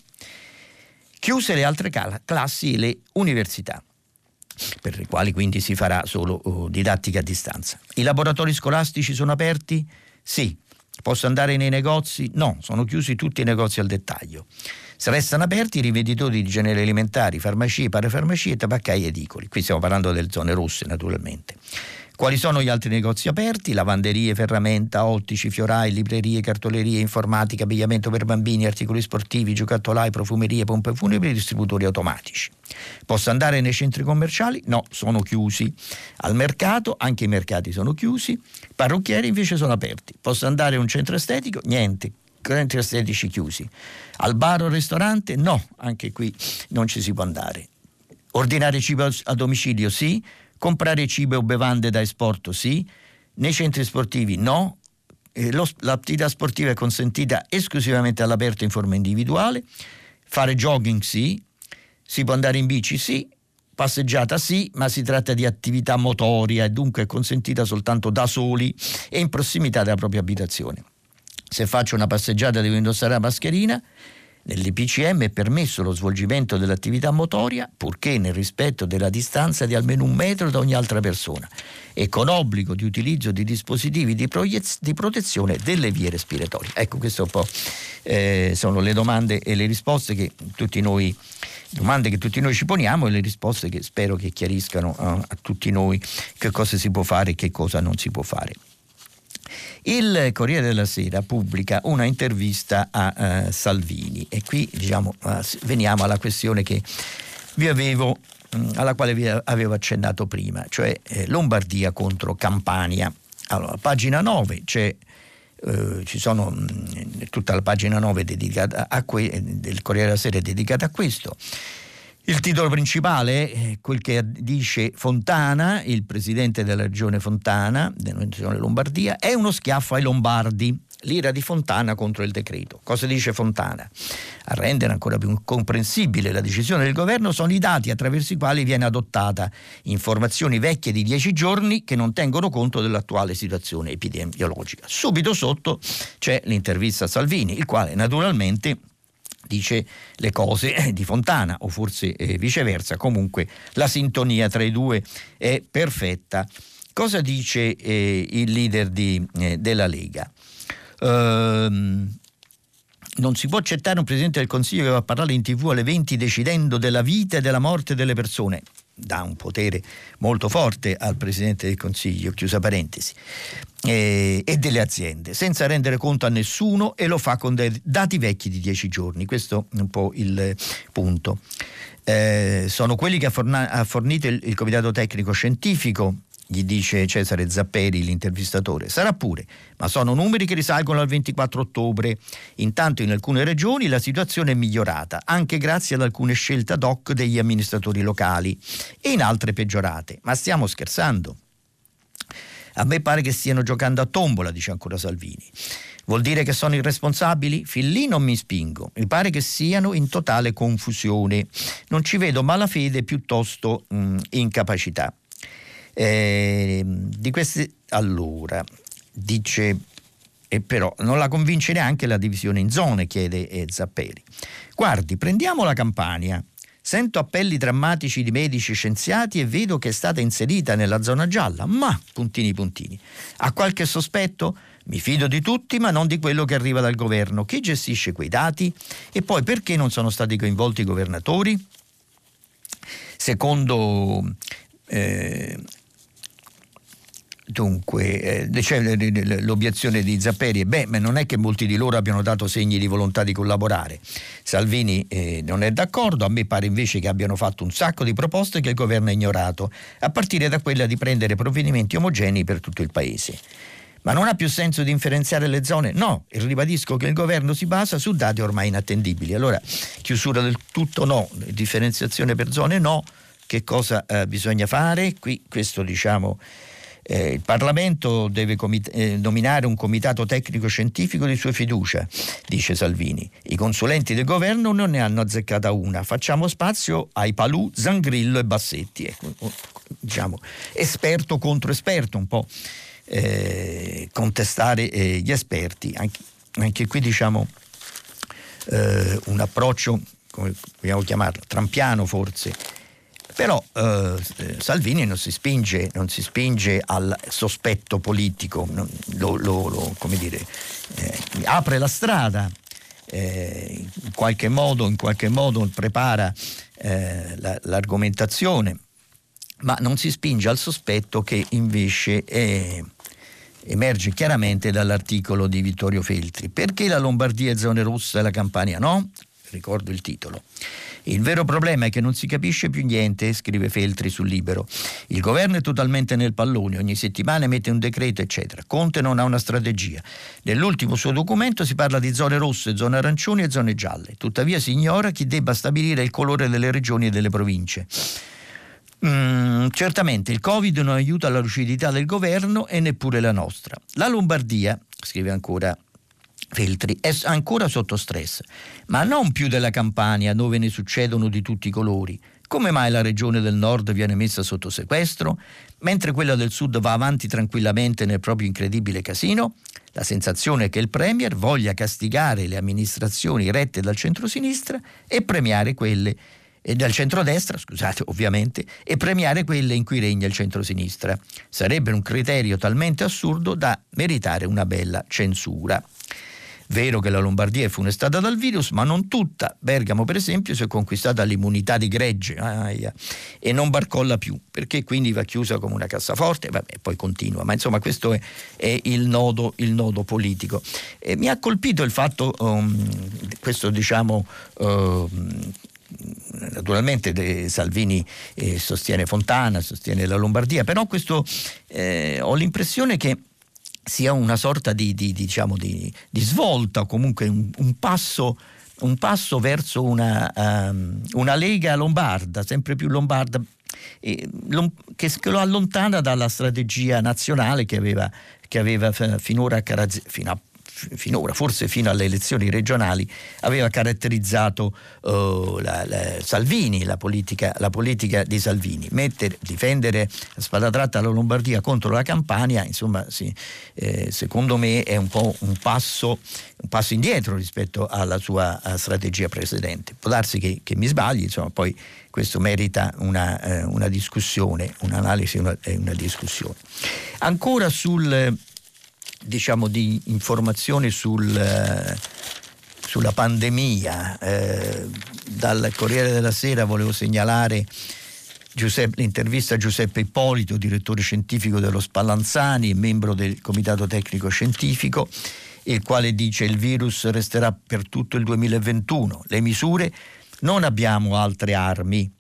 Chiuse le altre cal- classi e le università, per le quali quindi si farà solo oh, didattica a distanza. I laboratori scolastici sono aperti? Sì. Posso andare nei negozi? No, sono chiusi tutti i negozi al dettaglio. Se restano aperti i rivenditori di generi alimentari, farmacie, parafarmacie, tabaccai e edicoli. Qui stiamo parlando delle zone rosse, naturalmente. Quali sono gli altri negozi aperti? Lavanderie, ferramenta, ottici, fiorai, librerie, cartolerie, informatica, abbigliamento per bambini, articoli sportivi, giocattolai, profumerie, pompe funebri e distributori automatici. Posso andare nei centri commerciali? No, sono chiusi. Al mercato, anche i mercati sono chiusi. Parrucchieri invece sono aperti. Posso andare a un centro estetico? Niente. Centri estetici chiusi. Al bar o al ristorante? No, anche qui non ci si può andare. Ordinare cibo a domicilio? Sì. Comprare cibo o bevande da esporto? Sì. Nei centri sportivi? No. Eh, lo, l'attività sportiva è consentita esclusivamente all'aperto in forma individuale. Fare jogging? Sì. Si può andare in bici? Sì. Passeggiata? Sì, ma si tratta di attività motoria e dunque è consentita soltanto da soli e in prossimità della propria abitazione. Se faccio una passeggiata devo indossare la mascherina. Nell'I P C M è permesso lo svolgimento dell'attività motoria purché nel rispetto della distanza di almeno un metro da ogni altra persona e con obbligo di utilizzo di dispositivi di, proiez- di protezione delle vie respiratorie. Ecco, queste un po' eh, sono le domande e le risposte che tutti noi domande che tutti noi ci poniamo e le risposte che spero che chiariscano uh, a tutti noi che cosa si può fare e che cosa non si può fare. Il Corriere della Sera pubblica una intervista a uh, Salvini e qui diciamo uh, veniamo alla questione che vi avevo mh, alla quale vi avevo accennato prima, cioè eh, Lombardia contro Campania. Allora, pagina nove c'è Uh, ci sono mh, tutta la pagina nove dedicata a que- del Corriere della Sera è dedicata a questo. Il titolo principale è quel che dice Fontana, il presidente della regione Fontana, della regione Lombardia, è uno schiaffo ai lombardi. L'ira di Fontana contro il decreto. Cosa dice Fontana? A rendere ancora più comprensibile la decisione del governo sono i dati attraverso i quali viene adottata, informazioni vecchie di dieci giorni che non tengono conto dell'attuale situazione epidemiologica. Subito sotto c'è l'intervista a Salvini, il quale naturalmente dice le cose di Fontana o forse eh, viceversa, comunque la sintonia tra i due è perfetta. Cosa dice eh, il leader di, eh, della Lega? Uh, non si può accettare un Presidente del Consiglio che va a parlare in tv alle venti decidendo della vita e della morte delle persone. Dà un potere molto forte al Presidente del Consiglio, chiusa parentesi, e, e delle aziende, senza rendere conto a nessuno e lo fa con dei dati vecchi di dieci giorni. Questo è un po' il punto. Eh, sono quelli che ha, forna- ha fornito il, il Comitato Tecnico Scientifico, gli dice Cesare Zapperi, l'intervistatore. Sarà pure, ma sono numeri che risalgono al ventiquattro ottobre. Intanto in alcune regioni la situazione è migliorata, anche grazie ad alcune scelte ad hoc degli amministratori locali, e in altre peggiorate. Ma stiamo scherzando? A me pare che stiano giocando a tombola, dice ancora Salvini. Vuol dire che sono irresponsabili? Fin lì non mi spingo. Mi pare che siano in totale confusione. Non ci vedo malafede, piuttosto mh, incapacità. Eh, di questi allora dice e però non la convince neanche la divisione in zone, chiede eh, Zapperi. Guardi, prendiamo la Campania, sento appelli drammatici di medici scienziati e vedo che è stata inserita nella zona gialla, ma puntini puntini, ha qualche sospetto? Mi fido di tutti, ma non di quello che arriva dal governo. Chi gestisce quei dati? E poi perché non sono stati coinvolti i governatori? Secondo eh, dunque eh, c'è l'obiezione di Zapperi, beh, ma non è che molti di loro abbiano dato segni di volontà di collaborare. Salvini eh, non è d'accordo, a me pare invece che abbiano fatto un sacco di proposte che il governo ha ignorato, a partire da quella di prendere provvedimenti omogenei per tutto il paese. Ma non ha più senso differenziare le zone? No, e ribadisco che il governo si basa su dati ormai inattendibili. Allora, chiusura del tutto no, differenziazione per zone no, che cosa eh, bisogna fare? Qui questo diciamo eh, il Parlamento deve comit- eh, nominare un comitato tecnico scientifico di sua fiducia, dice Salvini. I consulenti del governo non ne hanno azzeccata una, facciamo spazio ai Palù, Zangrillo e Bassetti. Ecco, diciamo, esperto contro esperto, un po'. Eh, contestare eh, gli esperti, anche, anche qui diciamo eh, un approccio, come vogliamo chiamarlo, trampiano forse, però eh, Salvini non si spinge, non si spinge al sospetto politico, non, lo, lo, lo, come dire, eh, apre la strada, eh, in qualche modo, in qualche modo prepara eh, la, l'argomentazione, ma non si spinge al sospetto che invece è, emerge chiaramente dall'articolo di Vittorio Feltri. Perché la Lombardia è zona rossa e la Campania no? Ricordo il titolo. Il vero problema è che non si capisce più niente, scrive Feltri sul Libero. Il governo è totalmente nel pallone, ogni settimana emette un decreto, eccetera. Conte non ha una strategia. Nell'ultimo suo documento si parla di zone rosse, zone arancioni e zone gialle. Tuttavia si ignora chi debba stabilire il colore delle regioni e delle province. Mm, certamente il Covid non aiuta la lucidità del governo e neppure la nostra. La Lombardia, scrive ancora Feltri, è ancora sotto stress, ma non più della Campania, dove ne succedono di tutti i colori. Come mai la regione del nord viene messa sotto sequestro, mentre quella del sud va avanti tranquillamente nel proprio incredibile casino? La sensazione è che il premier voglia castigare le amministrazioni rette dal centrosinistra e premiare quelle e dal centrodestra, scusate, ovviamente, e premiare quelle in cui regna il centrosinistra. Sarebbe un criterio talmente assurdo da meritare una bella censura. Vero che la Lombardia è funestata dal virus, ma non tutta. Bergamo, per esempio, si è conquistata l'immunità di gregge aia, e non barcolla più, perché quindi va chiusa come una cassaforte, vabbè, poi continua. Ma insomma questo è, è il nodo, il nodo politico. E mi ha colpito il fatto, um, questo diciamo... Um, naturalmente de Salvini eh, sostiene Fontana, sostiene la Lombardia, però questo eh, ho l'impressione che sia una sorta di, di, diciamo di, di svolta, o comunque un, un passo un passo verso una, um, una Lega lombarda, sempre più lombarda, eh, lom, che, che lo allontana dalla strategia nazionale che aveva, che aveva finora carazz- fino a finora, forse fino alle elezioni regionali, aveva caratterizzato uh, la, la Salvini, la politica, la politica di Salvini. Mettere, difendere a spada tratta la Lombardia contro la Campania, insomma, sì, eh, secondo me è un po' un passo, un passo indietro rispetto alla sua strategia precedente. Può darsi che, che mi sbagli, insomma, poi questo merita una, eh, una discussione, un'analisi e una, una discussione. Ancora sul diciamo di informazioni sul, eh, sulla pandemia, eh, dal Corriere della Sera volevo segnalare Giuseppe, l'intervista a Giuseppe Ippolito, direttore scientifico dello Spallanzani e membro del comitato tecnico scientifico, il quale dice: il virus resterà per tutto il duemilaventuno, le misure, non abbiamo altre armi.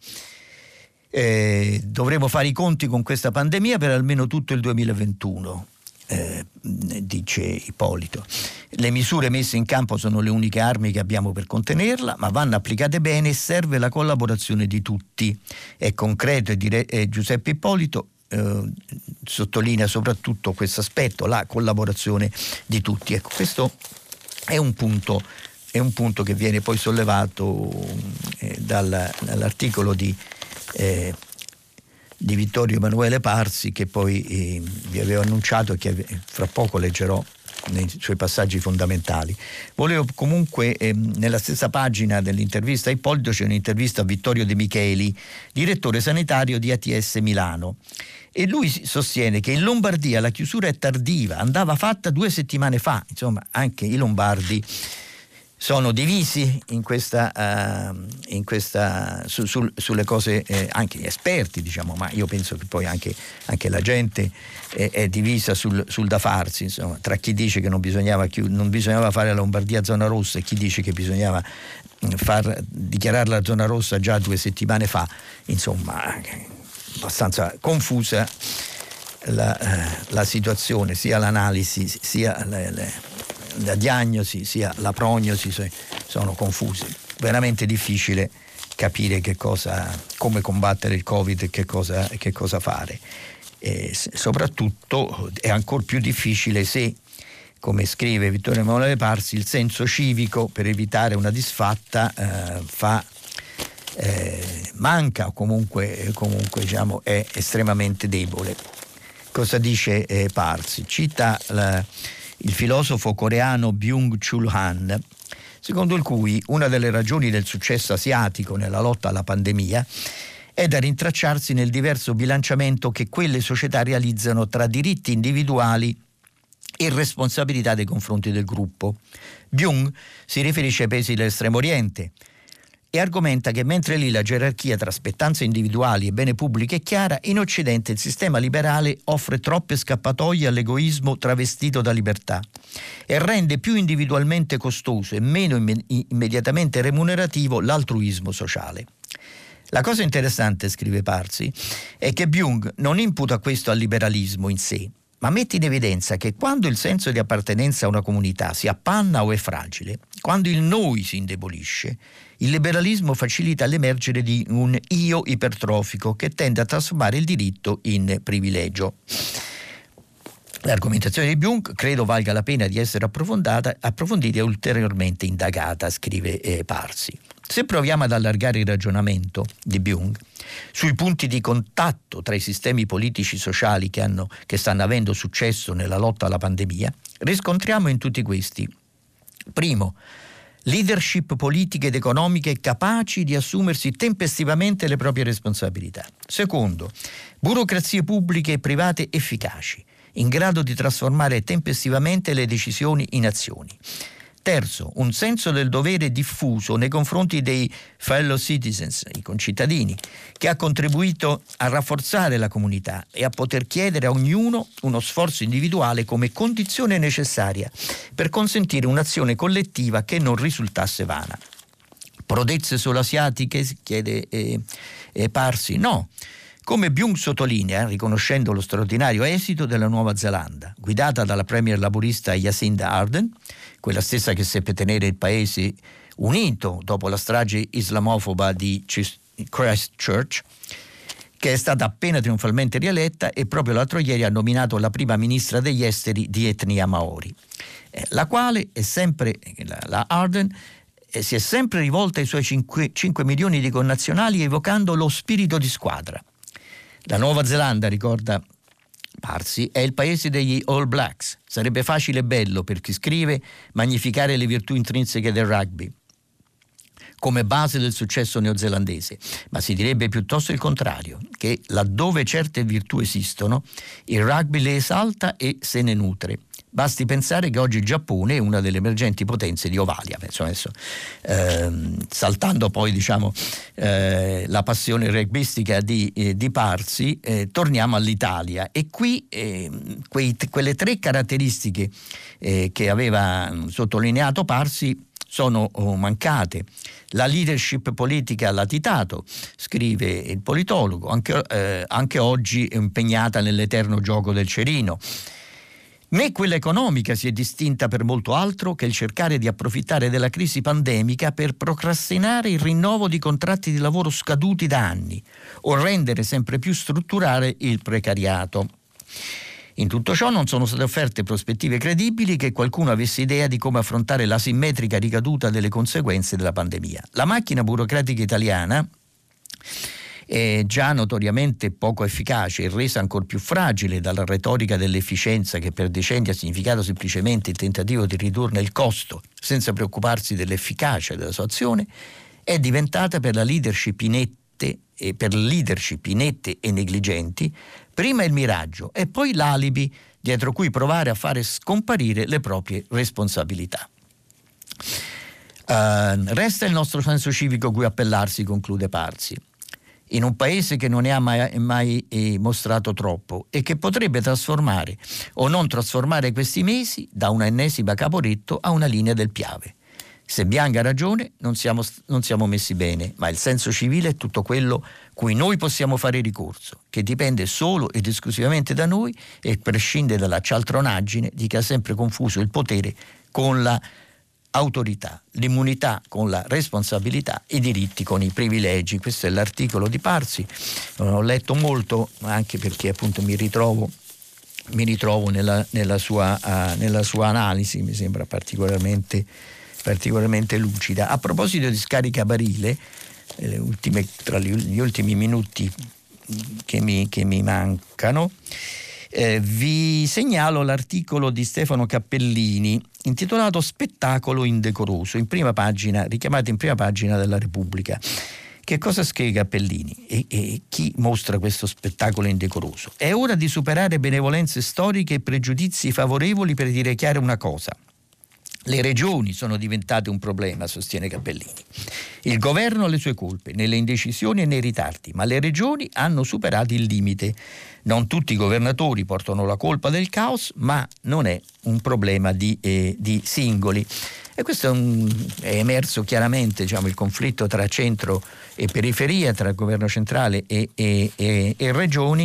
Eh, dovremo fare i conti con questa pandemia per almeno tutto il duemilaventuno. Eh, dice Ippolito. Le misure messe in campo sono le uniche armi che abbiamo per contenerla, ma vanno applicate bene e serve la collaborazione di tutti. È concreto e, dire- e Giuseppe Ippolito eh, sottolinea soprattutto questo aspetto, la collaborazione di tutti. Ecco, questo è un punto, è un punto che viene poi sollevato eh, dal, dall'articolo di eh, di Vittorio Emanuele Parsi, che poi eh, vi avevo annunciato e che fra poco leggerò nei suoi passaggi fondamentali. Volevo comunque, eh, nella stessa pagina dell'intervista a Ippolito c'è un'intervista a Vittorio De Micheli, direttore sanitario di A T S Milano, E lui sostiene che in Lombardia la chiusura è tardiva, andava fatta due settimane fa. Insomma, anche i lombardi sono divisi in questa, uh, in questa su, sul, sulle cose, eh, anche gli esperti, diciamo, ma io penso che poi anche, anche la gente è, è divisa sul, sul da farsi, insomma, tra chi dice che non bisognava, non bisognava fare la Lombardia zona rossa e chi dice che bisognava far dichiarare la zona rossa già due settimane fa. Insomma, abbastanza confusa la, la situazione, sia l'analisi sia le, le la diagnosi sia la prognosi sono confuse. Veramente difficile capire che cosa, come combattere il Covid e che cosa, che cosa fare. E soprattutto è ancora più difficile se, come scrive Vittorio Emanuele Parsi, il senso civico per evitare una disfatta eh, fa eh, manca o comunque, comunque diciamo, è estremamente debole. Cosa dice eh, Parsi? Cita la il filosofo coreano Byung-Chul Han, secondo il cui una delle ragioni del successo asiatico nella lotta alla pandemia è da rintracciarsi nel diverso bilanciamento che quelle società realizzano tra diritti individuali e responsabilità nei confronti del gruppo. Byung si riferisce ai paesi dell'Estremo Oriente e argomenta che mentre lì la gerarchia tra spettanze individuali e bene pubblico è chiara, in Occidente il sistema liberale offre troppe scappatoie all'egoismo travestito da libertà e rende più individualmente costoso e meno imme- immediatamente remunerativo l'altruismo sociale. La cosa interessante, scrive Parsi, è che Byung non imputa questo al liberalismo in sé, ma mette in evidenza che quando il senso di appartenenza a una comunità si appanna o è fragile, quando il noi si indebolisce, il liberalismo facilita l'emergere di un io ipertrofico che tende a trasformare il diritto in privilegio. L'argomentazione di Byung credo valga la pena di essere approfondita, approfondita e ulteriormente indagata, scrive eh, Parsi. Se proviamo ad allargare il ragionamento di Byung sui punti di contatto tra i sistemi politici sociali che, hanno, che stanno avendo successo nella lotta alla pandemia, riscontriamo in tutti questi: primo, leadership politiche ed economiche capaci di assumersi tempestivamente le proprie responsabilità. Secondo, burocrazie pubbliche e private efficaci, in grado di trasformare tempestivamente le decisioni in azioni. Terzo, un senso del dovere diffuso nei confronti dei fellow citizens, i concittadini, che ha contribuito a rafforzare la comunità e a poter chiedere a ognuno uno sforzo individuale come condizione necessaria per consentire un'azione collettiva che non risultasse vana. Prodezze solo asiatiche, chiede eh, eh, Parsi? No. Come Byung sottolinea, riconoscendo lo straordinario esito della Nuova Zelanda, guidata dalla premier laburista Jacinda Ardern, quella stessa che seppe tenere il paese unito dopo la strage islamofoba di Christchurch, che è stata appena trionfalmente rieletta e proprio l'altro ieri ha nominato la prima ministra degli esteri di etnia Maori, eh, la quale è sempre, la, la Ardern, eh, si è sempre rivolta ai suoi cinque milioni di connazionali evocando lo spirito di squadra. La Nuova Zelanda, ricorda Parsi, è il paese degli All Blacks. Sarebbe facile e bello, per chi scrive, magnificare le virtù intrinseche del rugby come base del successo neozelandese, ma si direbbe piuttosto il contrario, che laddove certe virtù esistono, il rugby le esalta e se ne nutre. Basti pensare che oggi il Giappone è una delle emergenti potenze di Ovalia, penso adesso, ehm, saltando poi diciamo eh, la passione rugbistica di, eh, di Parsi, eh, torniamo all'Italia e qui eh, quei, quelle tre caratteristiche eh, che aveva sottolineato Parsi sono oh, mancate. La leadership politica ha latitato, scrive il politologo, anche, eh, anche oggi è impegnata nell'eterno gioco del cerino. Né quella economica si è distinta per molto altro che il cercare di approfittare della crisi pandemica per procrastinare il rinnovo di contratti di lavoro scaduti da anni o rendere sempre più strutturale il precariato. In tutto ciò non sono state offerte prospettive credibili che qualcuno avesse idea di come affrontare l'asimmetrica ricaduta delle conseguenze della pandemia. La macchina burocratica italiana è già notoriamente poco efficace e resa ancor più fragile dalla retorica dell'efficienza che per decenni ha significato semplicemente il tentativo di ridurne il costo senza preoccuparsi dell'efficacia della sua azione, è diventata per la leadership inette e per leadership inette e negligenti, prima il miraggio e poi l'alibi dietro cui provare a fare scomparire le proprie responsabilità. Uh, resta il nostro senso civico cui appellarsi, conclude Parsi, in un paese che non ne ha mai, mai eh, mostrato troppo e che potrebbe trasformare o non trasformare questi mesi da una ennesima Caporetto a una linea del Piave. Se Bianca ha ragione, non siamo, non siamo messi bene, ma il senso civile è tutto quello cui noi possiamo fare ricorso, che dipende solo ed esclusivamente da noi e prescinde dalla cialtronaggine di chi ha sempre confuso il potere con la autorità, l'immunità con la responsabilità, i diritti con i privilegi. Questo è l'articolo di Parsi. Ho letto molto, anche perché appunto mi ritrovo mi ritrovo nella, nella, sua, uh, nella sua analisi, mi sembra particolarmente, particolarmente lucida. A proposito di scaricabarile, le ultime, tra gli, gli ultimi minuti che mi, che mi mancano, Eh, vi segnalo l'articolo di Stefano Cappellini intitolato Spettacolo indecoroso, in prima pagina, richiamato in prima pagina della Repubblica. Che cosa scrive Cappellini e, e chi mostra questo spettacolo indecoroso? È ora di superare benevolenze storiche e pregiudizi favorevoli per dire chiaro una cosa. Le regioni sono diventate un problema, sostiene Cappellini. Il governo ha le sue colpe nelle indecisioni e nei ritardi, ma le regioni hanno superato il limite. Non tutti i governatori portano la colpa del caos, ma non è un problema di, eh, di singoli. E questo è, un, è emerso chiaramente, diciamo, il conflitto tra centro e periferia, tra il governo centrale e, e, e, e regioni.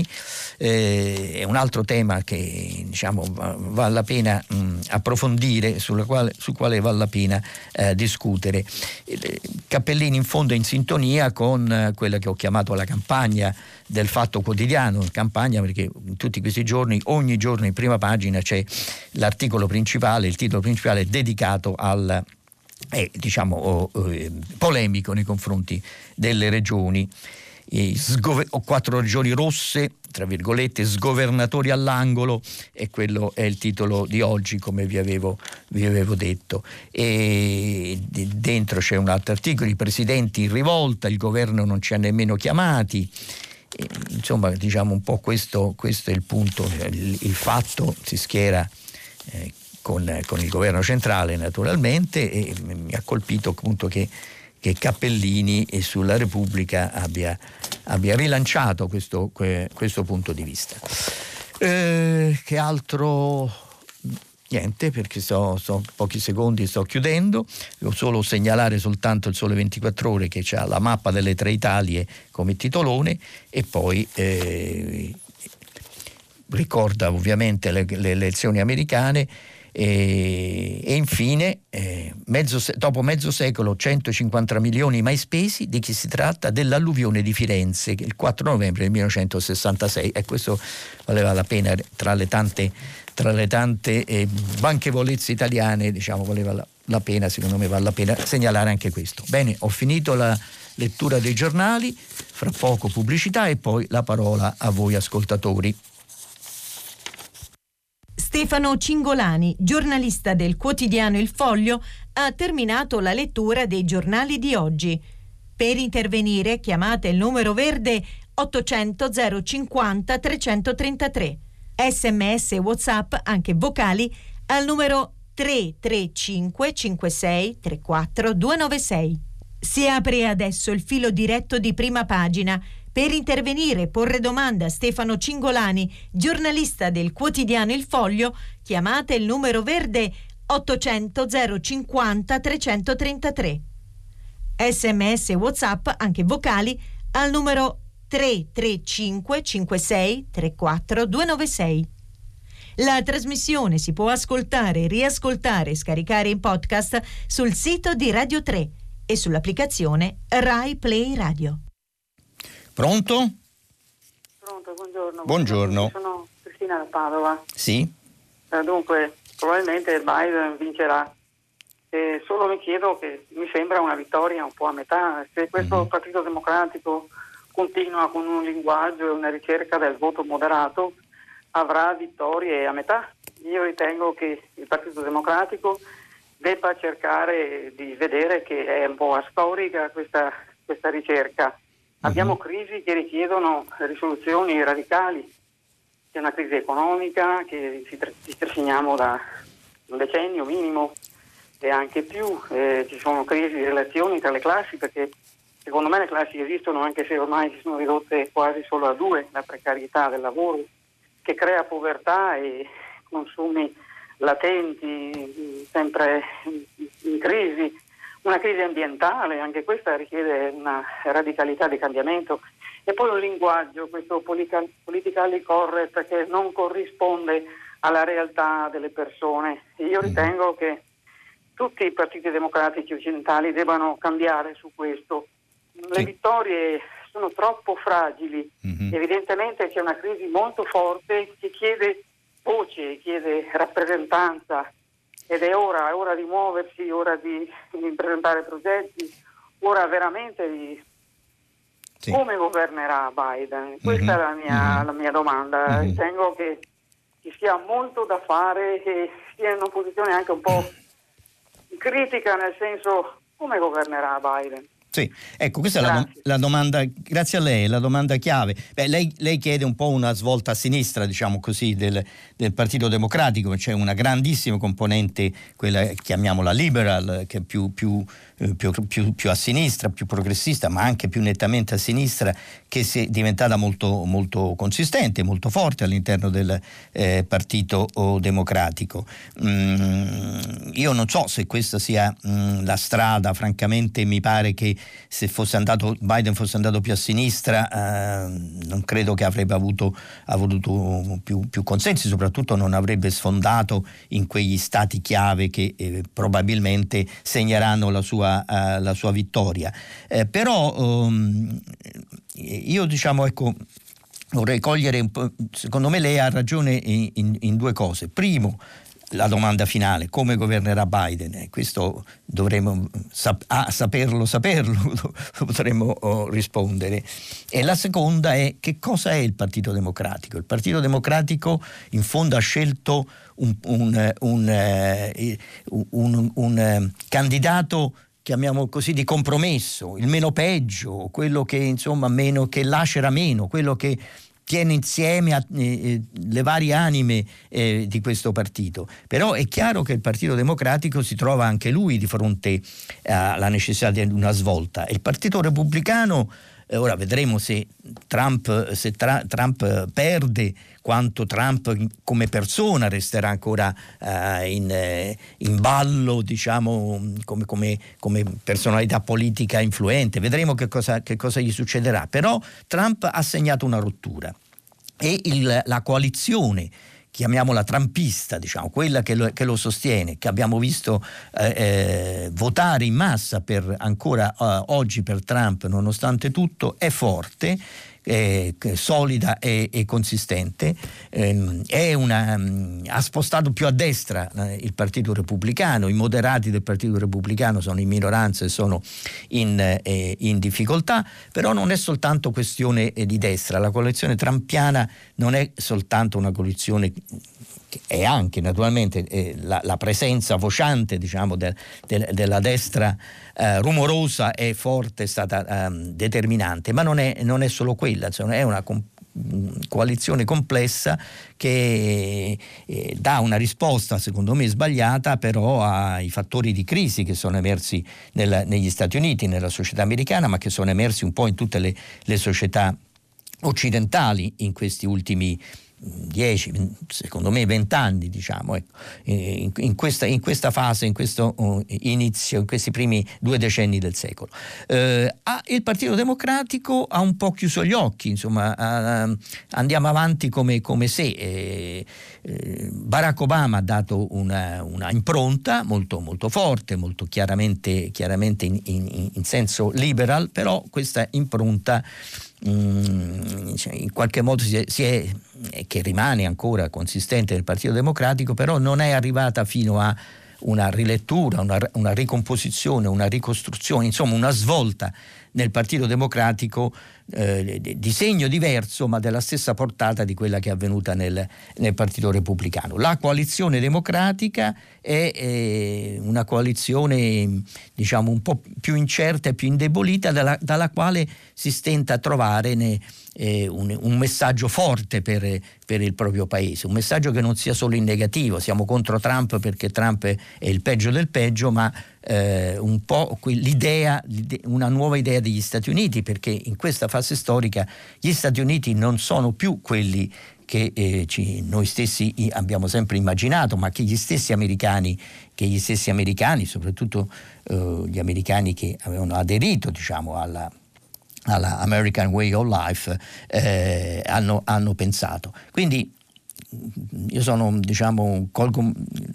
Eh, è un altro tema che, diciamo, va, vale la pena mh, approfondire, sulla quale, sul quale vale la pena eh, discutere. Eh, Cappellini in fondo è in sintonia con eh, quella che ho chiamato la campagna del Fatto Quotidiano, campagna perché in tutti questi giorni, ogni giorno in prima pagina c'è l'articolo principale, il titolo principale è dedicato al è diciamo oh, eh, polemico nei confronti delle regioni. I sgove- o quattro regioni rosse, tra virgolette, sgovernatori all'angolo, e quello è il titolo di oggi, come vi avevo, vi avevo detto. E dentro c'è un altro articolo, i presidenti in rivolta, il governo non ci ha nemmeno chiamati. E, insomma, diciamo un po' questo, questo è il punto. Il, il Fatto si schiera eh, con, con il governo centrale, naturalmente, e mi ha colpito appunto che che Cappellini e sulla Repubblica abbia, abbia rilanciato questo, que, questo punto di vista. Eh, che altro? Niente, perché sto, sto pochi secondi sto chiudendo. Devo solo segnalare soltanto il Sole ventiquattro Ore, che ha la mappa delle tre Italie come titolone, e poi eh, ricorda ovviamente le, le elezioni americane. E, e infine, eh, mezzo, dopo mezzo secolo, centocinquanta milioni mai spesi. Di chi si tratta? Dell'alluvione di Firenze, il quattro novembre del millenovecentosessantasei, e questo valeva la pena, tra le tante, tra le tante eh, banchevolezze italiane, diciamo, valeva la, la pena, secondo me vale la pena segnalare anche questo. Bene, ho finito la lettura dei giornali, fra poco pubblicità e poi la parola a voi ascoltatori. Stefano Cingolani, giornalista del quotidiano Il Foglio, ha terminato la lettura dei giornali di oggi. Per intervenire chiamate il numero verde ottocento zero cinquanta trecentotrentatré. Sms e WhatsApp, anche vocali, al numero tre tre cinque cinque sei tre quattro due nove sei. Si apre adesso il filo diretto di Prima Pagina. Per intervenire e porre domanda a Stefano Cingolani, giornalista del quotidiano Il Foglio, chiamate il numero verde ottocento zero cinquanta trecentotrentatré. Sms e WhatsApp, anche vocali, al numero tre tre cinque cinque sei tre quattro due nove sei. La trasmissione si può ascoltare, riascoltare e scaricare in podcast sul sito di Radio tre e sull'applicazione Rai Play Radio. Pronto? Pronto, buongiorno. Buongiorno. Sono Cristina da Padova. Sì. Eh, dunque, probabilmente Biden vincerà. Eh, solo mi chiedo, che mi sembra una vittoria un po' a metà. Se questo mm-hmm. Partito Democratico continua con un linguaggio e una ricerca del voto moderato, avrà vittorie a metà. Io ritengo che il Partito Democratico debba cercare di vedere che è un po' astorica questa, questa ricerca. Abbiamo uh-huh. crisi che richiedono risoluzioni radicali. C'è una crisi economica che ci, tra- ci trasciniamo da un decennio minimo e anche più. Eh, ci sono crisi di relazioni tra le classi, perché secondo me le classi esistono, anche se ormai si sono ridotte quasi solo a due: la precarietà del lavoro, che crea povertà e consumi latenti, sempre in crisi, una crisi ambientale, anche questa richiede una radicalità di cambiamento, e poi un linguaggio, questo politica- politically correct, che non corrisponde alla realtà delle persone. E io ritengo che tutti i partiti democratici occidentali debbano cambiare su questo. Le sì. vittorie sono troppo fragili, mm-hmm. evidentemente c'è una crisi molto forte che chiede voce, chiede rappresentanza, ed è ora, è ora di muoversi, ora di, di presentare progetti, ora veramente di sì. come governerà Biden? Questa mm-hmm. è la mia, mm-hmm. la mia domanda. Mm-hmm. Ritengo che ci sia molto da fare e sia in una posizione anche un po' critica, nel senso, come governerà Biden? Sì, ecco, questa grazie. è la, la domanda, grazie a lei, la domanda chiave. Beh, lei, lei chiede un po' una svolta a sinistra, diciamo così, del, del Partito Democratico. C'è una grandissima componente, quella chiamiamola liberal, che è più, più, eh, più, più, più a sinistra, più progressista, ma anche più nettamente a sinistra, che si è diventata molto, molto consistente, molto forte all'interno del eh, Partito Democratico. Mm, io non so se questa sia mm, la strada, francamente mi pare che se fosse andato Biden fosse andato più a sinistra eh, non credo che avrebbe avuto, avuto più, più consensi, soprattutto non avrebbe sfondato in quegli stati chiave che eh, probabilmente segneranno la sua, uh, la sua vittoria. Eh, però um, io diciamo ecco vorrei cogliere un po', secondo me lei ha ragione in, in, in due cose. Primo, la domanda finale, come governerà Biden? Eh, questo dovremo sap- ah, saperlo, saperlo, potremmo oh, rispondere. E la seconda è: che cosa è il Partito Democratico? Il Partito Democratico in fondo ha scelto un, un, un, eh, un, un, un eh, candidato, chiamiamo così, di compromesso, il meno peggio, quello che insomma meno, che lacera meno, quello che tiene insieme a, eh, le varie anime eh, di questo partito. Però è chiaro che il Partito Democratico si trova anche lui di fronte alla necessità di una svolta. Il Partito Repubblicano, eh, ora vedremo se Trump, se tra, Trump perde, quanto Trump come persona resterà ancora uh, in, eh, in ballo, diciamo, come, come, come personalità politica influente. Vedremo che cosa, che cosa gli succederà. Però Trump ha segnato una rottura e il, la coalizione, chiamiamola trumpista, diciamo, quella che lo, che lo sostiene, che abbiamo visto eh, eh, votare in massa per ancora eh, oggi per Trump, nonostante tutto, è forte, eh, solida e, e consistente. Eh, è una, mh, ha spostato più a destra eh, il Partito Repubblicano. I moderati del Partito Repubblicano sono in minoranza e sono in, eh, in difficoltà, però non è soltanto questione eh, di destra. La coalizione trumpiana non è soltanto una coalizione che è anche naturalmente eh, la, la presenza vociante, diciamo, del, del, della destra eh, rumorosa e forte è stata eh, determinante, ma non è, non è solo quella, insomma, è una com- coalizione complessa che eh, dà una risposta secondo me sbagliata però ai fattori di crisi che sono emersi nel, negli Stati Uniti, nella società americana, ma che sono emersi un po' in tutte le, le società occidentali in questi ultimi dieci, secondo me vent'anni, diciamo, ecco, in, in, questa, in questa fase, in questo uh, inizio, in questi primi due decenni del secolo. Eh, ah, il Partito Democratico ha un po' chiuso gli occhi, insomma, uh, andiamo avanti come, come se eh, eh, Barack Obama ha dato una, una impronta molto, molto forte, molto chiaramente, chiaramente in, in, in senso liberal, però questa impronta Mm, in qualche modo si è, si è, che rimane ancora consistente nel Partito Democratico, però non è arrivata fino a una rilettura, una, una ricomposizione, una ricostruzione, insomma una svolta nel Partito Democratico eh, di segno diverso ma della stessa portata di quella che è avvenuta nel, nel Partito Repubblicano. La coalizione democratica è eh, una coalizione diciamo un po' più incerta e più indebolita dalla, dalla quale si stenta a trovare ne, eh, un, un messaggio forte per, per il proprio paese, un messaggio che non sia solo in negativo, siamo contro Trump perché Trump è, è il peggio del peggio, ma eh, un po' l'idea, una nuova idea degli Stati Uniti, perché in questa fase storica gli Stati Uniti non sono più quelli che eh, ci, noi stessi abbiamo sempre immaginato, ma che gli stessi americani, che gli stessi americani, soprattutto eh, gli americani che avevano aderito diciamo alla alla American Way of Life eh, hanno, hanno pensato. Quindi io sono diciamo colgo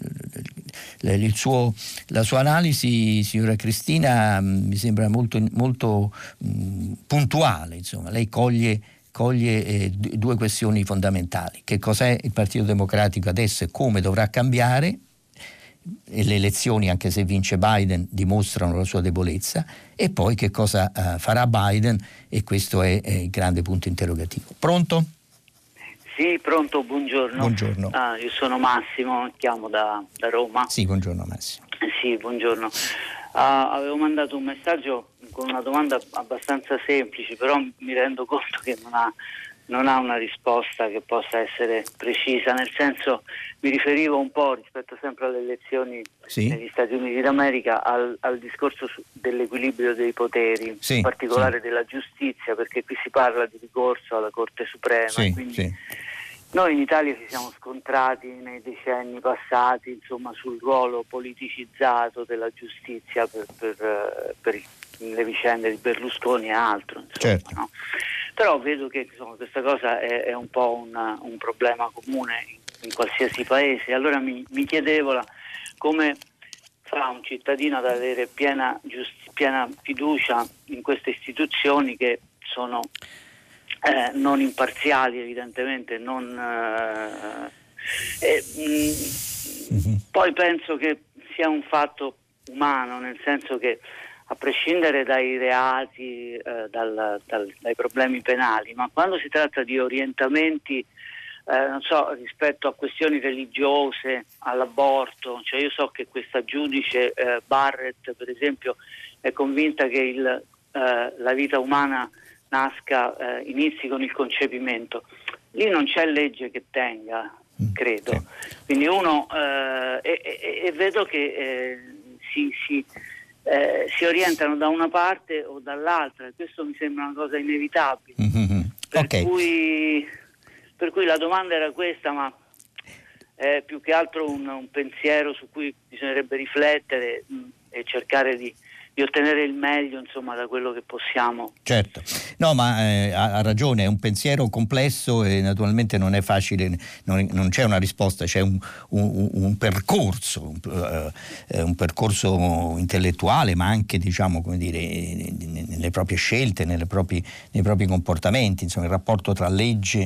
il suo, la sua analisi, signora Cristina, mi sembra molto, molto mh, puntuale, insomma. Lei coglie coglie eh, due questioni fondamentali: che cos'è il Partito Democratico adesso e come dovrà cambiare, e le elezioni, anche se vince Biden, dimostrano la sua debolezza, e poi che cosa uh, farà Biden, e questo è, è il grande punto interrogativo. Pronto? Sì, pronto, buongiorno. Buongiorno. Ah, io sono Massimo, chiamo da, da Roma. Sì, buongiorno Massimo. Sì, buongiorno. Ah, avevo mandato un messaggio con una domanda abbastanza semplice, però mi rendo conto che non ha non ha una risposta che possa essere precisa, nel senso, mi riferivo un po' rispetto sempre alle elezioni sì. negli Stati Uniti d'America al, al discorso su, dell'equilibrio dei poteri, sì, in particolare sì. della giustizia, perché qui si parla di ricorso alla Corte Suprema, sì, quindi sì. noi in Italia ci siamo scontrati nei decenni passati, insomma, sul ruolo politicizzato della giustizia per, per, per le vicende di Berlusconi e altro, insomma, certo. no? Però vedo che insomma, questa cosa è, è un po' una, un problema comune in, in qualsiasi paese. Allora mi, mi chiedevo la, come fa un cittadino ad avere piena, giusti, piena fiducia in queste istituzioni che sono eh, non imparziali, evidentemente, non, eh, e, mh, mm-hmm. Poi penso che sia un fatto umano, nel senso che a prescindere dai reati, eh, dal, dal, dai problemi penali, ma quando si tratta di orientamenti, eh, non so, rispetto a questioni religiose, all'aborto, cioè io so che questa giudice eh, Barrett, per esempio, è convinta che il, eh, la vita umana nasca, eh, inizi con il concepimento. Lì non c'è legge che tenga, credo. Quindi uno, eh, e, e, e vedo che eh, si... si Eh, si orientano da una parte o dall'altra, e questo mi sembra una cosa inevitabile. Mm-hmm. Per, okay. cui, per cui la domanda era questa, ma è più che altro un, un pensiero su cui bisognerebbe riflettere mh, e cercare di, di ottenere il meglio, insomma, da quello che possiamo. Certo, no, ma eh, ha, ha ragione, è un pensiero complesso e naturalmente non è facile, non, non c'è una risposta, c'è un, un, un percorso, un, uh, un percorso intellettuale, ma anche, diciamo, come dire, nelle proprie scelte, nelle propri, nei propri comportamenti, insomma, il rapporto tra legge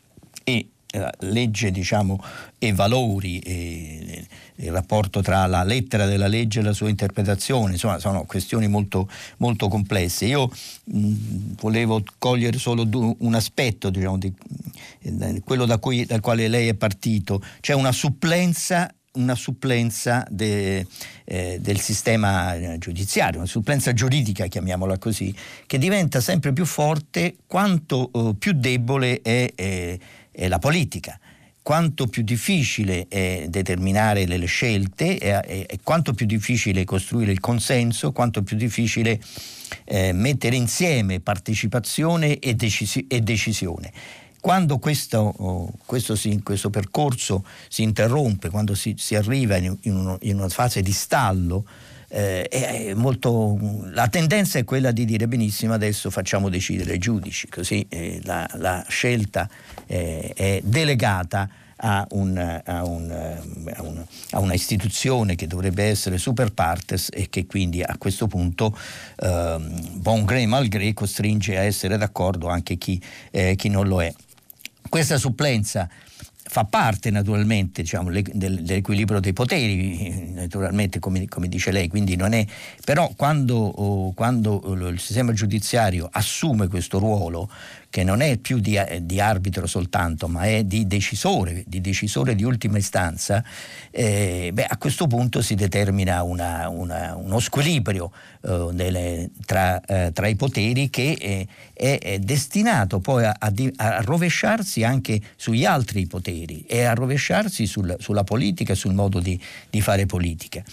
e legge, diciamo, e valori, e il rapporto tra la lettera della legge e la sua interpretazione, insomma, sono questioni molto, molto complesse. Io mh, volevo cogliere solo du- un aspetto, diciamo, di, eh, quello da cui, dal quale lei è partito. C'è una supplenza una supplenza de, eh, del sistema giudiziario, una supplenza giuridica, chiamiamola così, che diventa sempre più forte quanto eh, più debole è, è, è la politica, quanto più difficile è determinare le, le scelte e, e, e quanto più difficile costruire il consenso, quanto più difficile eh, mettere insieme partecipazione e, decisi- e decisione. Quando questo, oh, questo, si, questo percorso si interrompe, quando si, si arriva in, in, uno, in una fase di stallo, eh, è molto, la tendenza è quella di dire benissimo, adesso facciamo decidere i giudici, così eh, la, la scelta eh, è delegata a, un, a, un, a, un, a una istituzione che dovrebbe essere super partes e che quindi a questo punto eh, bon gré mal gré costringe a essere d'accordo anche chi, eh, chi non lo è. Questa supplenza fa parte naturalmente, diciamo, le, del, dell'equilibrio dei poteri, naturalmente come, come dice lei, quindi non è, però quando, oh, quando il sistema giudiziario assume questo ruolo, che non è più di, di arbitro soltanto, ma è di decisore, di decisore di ultima istanza, eh, beh, a questo punto si determina una, una, uno squilibrio eh, delle, tra, eh, tra i poteri che eh, è, è destinato poi a, a, a rovesciarsi anche sugli altri poteri e a rovesciarsi sul, sulla politica, sul modo di, di fare politica.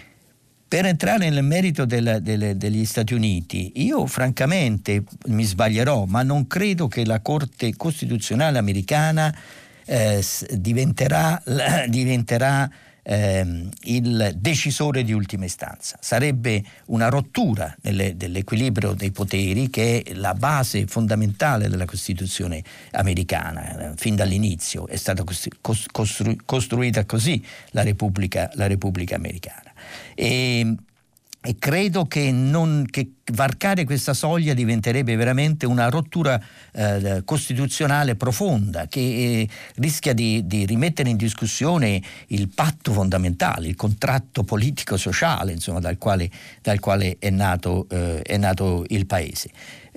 Per entrare nel merito del, del, degli Stati Uniti, io francamente mi sbaglierò, ma non credo che la Corte Costituzionale americana eh, diventerà, diventerà eh, il decisore di ultima istanza. Sarebbe una rottura delle, dell'equilibrio dei poteri, che è la base fondamentale della Costituzione americana. Fin dall'inizio è stata costru- costruita così la Repubblica, la Repubblica americana. E, e credo che, non, che varcare questa soglia diventerebbe veramente una rottura eh, costituzionale profonda, che eh, rischia di, di rimettere in discussione il patto fondamentale, il contratto politico-sociale, insomma, dal quale, dal quale è nato, eh, è nato il paese.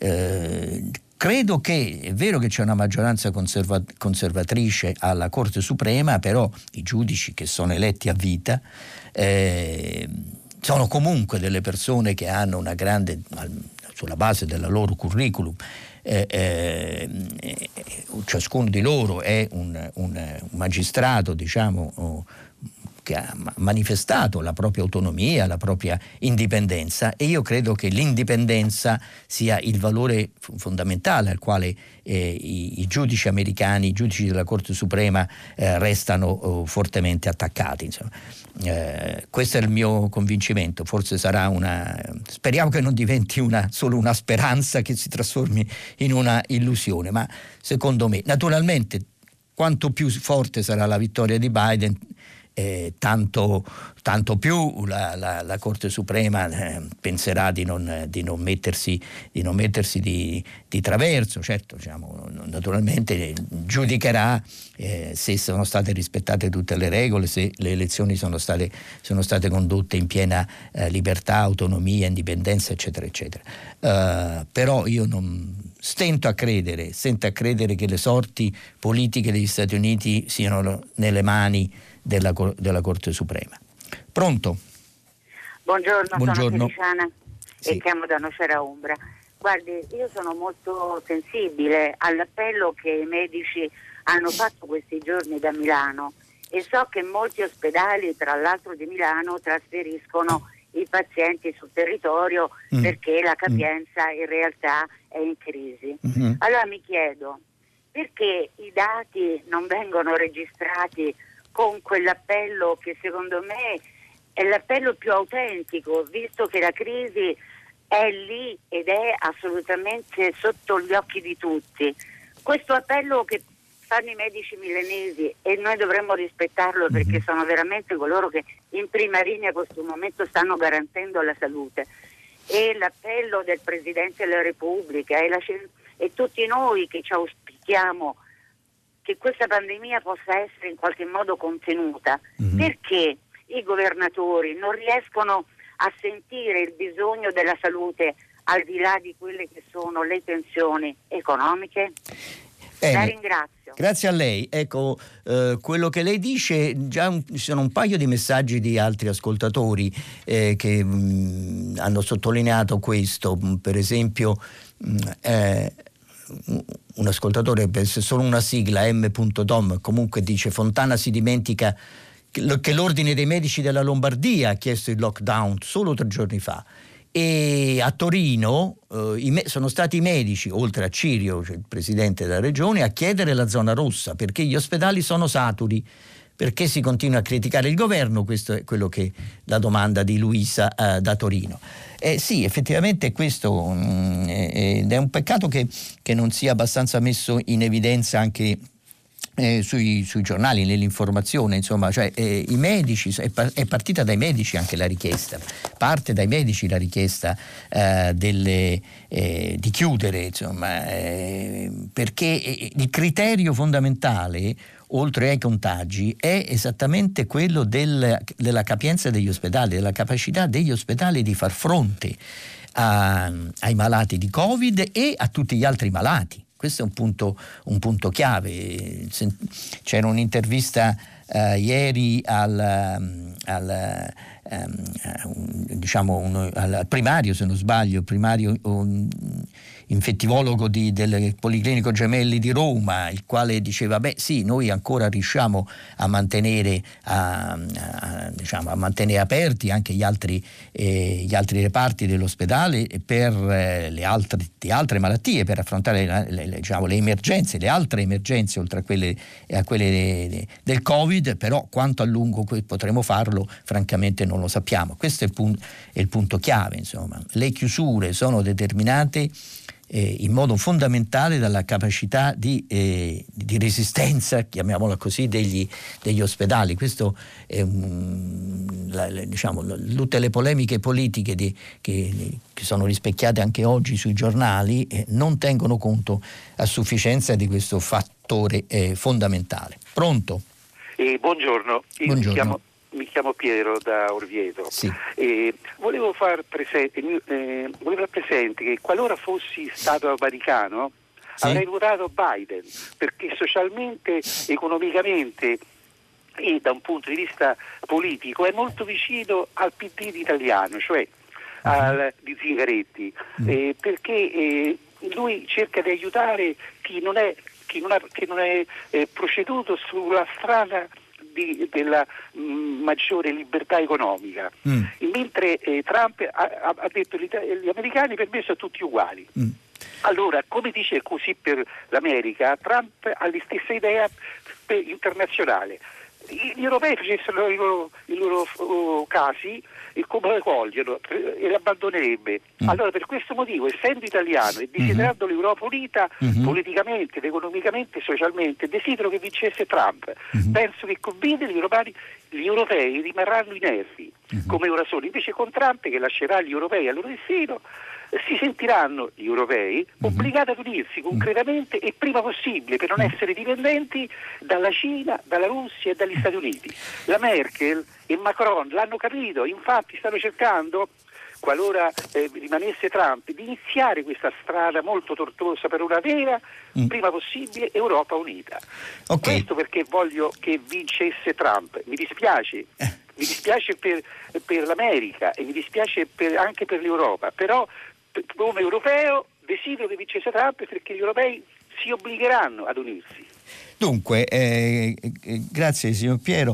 Eh, Credo che è vero che c'è una maggioranza conserva- conservatrice alla Corte Suprema, però i giudici che sono eletti a vita eh, sono comunque delle persone che hanno una grande, sulla base del loro curriculum, eh, eh, ciascuno di loro è un, un, un magistrato, diciamo, oh, che ha manifestato la propria autonomia, la propria indipendenza, e io credo che l'indipendenza sia il valore fondamentale al quale eh, i, i giudici americani, i giudici della Corte Suprema eh, restano oh, fortemente attaccati. Insomma. Eh, questo è il mio convincimento. Forse sarà una, speriamo che non diventi una, solo una speranza che si trasformi in una illusione, ma secondo me, naturalmente, quanto più forte sarà la vittoria di Biden, Eh, tanto, tanto più la, la, la Corte Suprema eh, penserà di non, di non mettersi, di, non mettersi di, di traverso. Certo, diciamo, naturalmente giudicherà eh, se sono state rispettate tutte le regole, se le elezioni sono state, sono state condotte in piena eh, libertà, autonomia, indipendenza, eccetera, eccetera. Uh, però io non stento a credere, stento a credere che le sorti politiche degli Stati Uniti siano nelle mani Della, della Corte Suprema. Pronto? Buongiorno, Buongiorno. sono Feliciana Sì. e chiamo da Nocera Umbra. Guardi, io sono molto sensibile all'appello che i medici hanno fatto questi giorni da Milano, e so che molti ospedali, tra l'altro di Milano, trasferiscono i pazienti sul territorio mm. perché la capienza mm. in realtà è in crisi. Mm-hmm. Allora mi chiedo, perché i dati non vengono registrati con quell'appello che secondo me è l'appello più autentico, visto che la crisi è lì ed è assolutamente sotto gli occhi di tutti. Questo appello che fanno i medici milanesi, e noi dovremmo rispettarlo perché sono veramente coloro che in prima linea in questo momento stanno garantendo la salute, e l'appello del Presidente della Repubblica e, la, e tutti noi che ci auspichiamo che questa pandemia possa essere in qualche modo contenuta, mm-hmm. perché i governatori non riescono a sentire il bisogno della salute al di là di quelle che sono le tensioni economiche? Bene. La ringrazio. Grazie a lei. Ecco, eh, quello che lei dice, già un, ci sono un paio di messaggi di altri ascoltatori eh, che mh, hanno sottolineato questo. Per esempio, mh, eh, un ascoltatore, penso solo una sigla, M punto dom, comunque dice: Fontana si dimentica che l'ordine dei medici della Lombardia ha chiesto il lockdown solo tre giorni fa, e a Torino eh, i me- sono stati i medici, oltre a Cirio, cioè il presidente della regione, a chiedere la zona rossa perché gli ospedali sono saturi. Perché si continua a criticare il governo? Questo è quello che la domanda di Luisa eh, da Torino. Eh, sì, effettivamente è questo, mh, ed è un peccato che, che non sia abbastanza messo in evidenza anche eh, sui, sui giornali, nell'informazione, insomma, cioè eh, i medici, è, par- è partita dai medici anche la richiesta, parte dai medici la richiesta eh, delle, eh, di chiudere, insomma, eh, perché il criterio fondamentale, oltre ai contagi, è esattamente quello del, della capienza degli ospedali, della capacità degli ospedali di far fronte a, ai malati di Covid e a tutti gli altri malati. Questo è un punto, un punto chiave. C'era un'intervista uh, ieri al, al, um, diciamo un, al primario, se non sbaglio, primario un, infettivologo di, del Policlinico Gemelli di Roma, il quale diceva beh sì, noi ancora riusciamo a mantenere a, a, diciamo, a mantenere aperti anche gli altri, eh, gli altri reparti dell'ospedale per eh, le, altre, le altre malattie, per affrontare le, le, diciamo, le emergenze, le altre emergenze oltre a quelle, a quelle de, de, del Covid, però quanto a lungo potremo farlo francamente non lo sappiamo. Questo è il punto, è il punto chiave, insomma. Le chiusure sono determinate Eh, in modo fondamentale dalla capacità di, eh, di resistenza, chiamiamola così, degli, degli ospedali. Questo è un, la, la, diciamo, tutte le polemiche politiche di, che, che sono rispecchiate anche oggi sui giornali eh, non tengono conto a sufficienza di questo fattore eh, fondamentale. Pronto? Eh, buongiorno. Io buongiorno. Mi chiamo... Mi chiamo Piero da Orvieto. Sì. E volevo far presente, eh, volevo far presente che qualora fossi stato al Vaticano sì. avrei votato Biden, perché socialmente, economicamente e da un punto di vista politico è molto vicino al P D italiano, cioè uh-huh. al, di Zingaretti, uh-huh. eh, perché eh, lui cerca di aiutare chi non è, chi non ha, chi non è eh, proceduto sulla strada Di, della mh, maggiore libertà economica, mm. mentre eh, Trump ha, ha detto gli, gli americani per me sono tutti uguali. Mm. Allora, come dice così per l'America, Trump ha la stessa idea per internazionale. Gli europei facessero i loro, i loro uh, casi e come lo vogliono e li abbandonerebbe. Mm. Allora, per questo motivo, essendo italiano e desiderando mm-hmm. l'Europa unita mm-hmm. politicamente, economicamente e socialmente, desidero che vincesse Trump. Mm-hmm. Penso che con Biden gli europei, gli europei rimarranno inerti mm-hmm. come ora sono. Invece con Trump, che lascerà gli europei al loro destino, si sentiranno gli europei mm-hmm. obbligati ad unirsi concretamente mm-hmm. e prima possibile per non mm-hmm. essere dipendenti dalla Cina, dalla Russia e dagli Stati Uniti. La Merkel e Macron l'hanno capito, infatti stanno cercando, qualora eh, rimanesse Trump, di iniziare questa strada molto tortuosa per una vera, mm. prima possibile, Europa unita. Okay. Questo perché voglio che vincesse Trump. Mi dispiace, eh. mi dispiace per, per l'America e mi dispiace per, anche per l'Europa, però p- come europeo desidero che vincesse Trump perché gli europei si obbligheranno ad unirsi. Dunque, eh, eh, grazie signor Piero,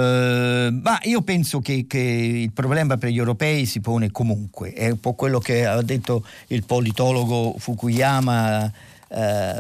eh, ma io penso che, che il problema per gli europei si pone comunque, è un po' quello che ha detto il politologo Fukuyama, eh,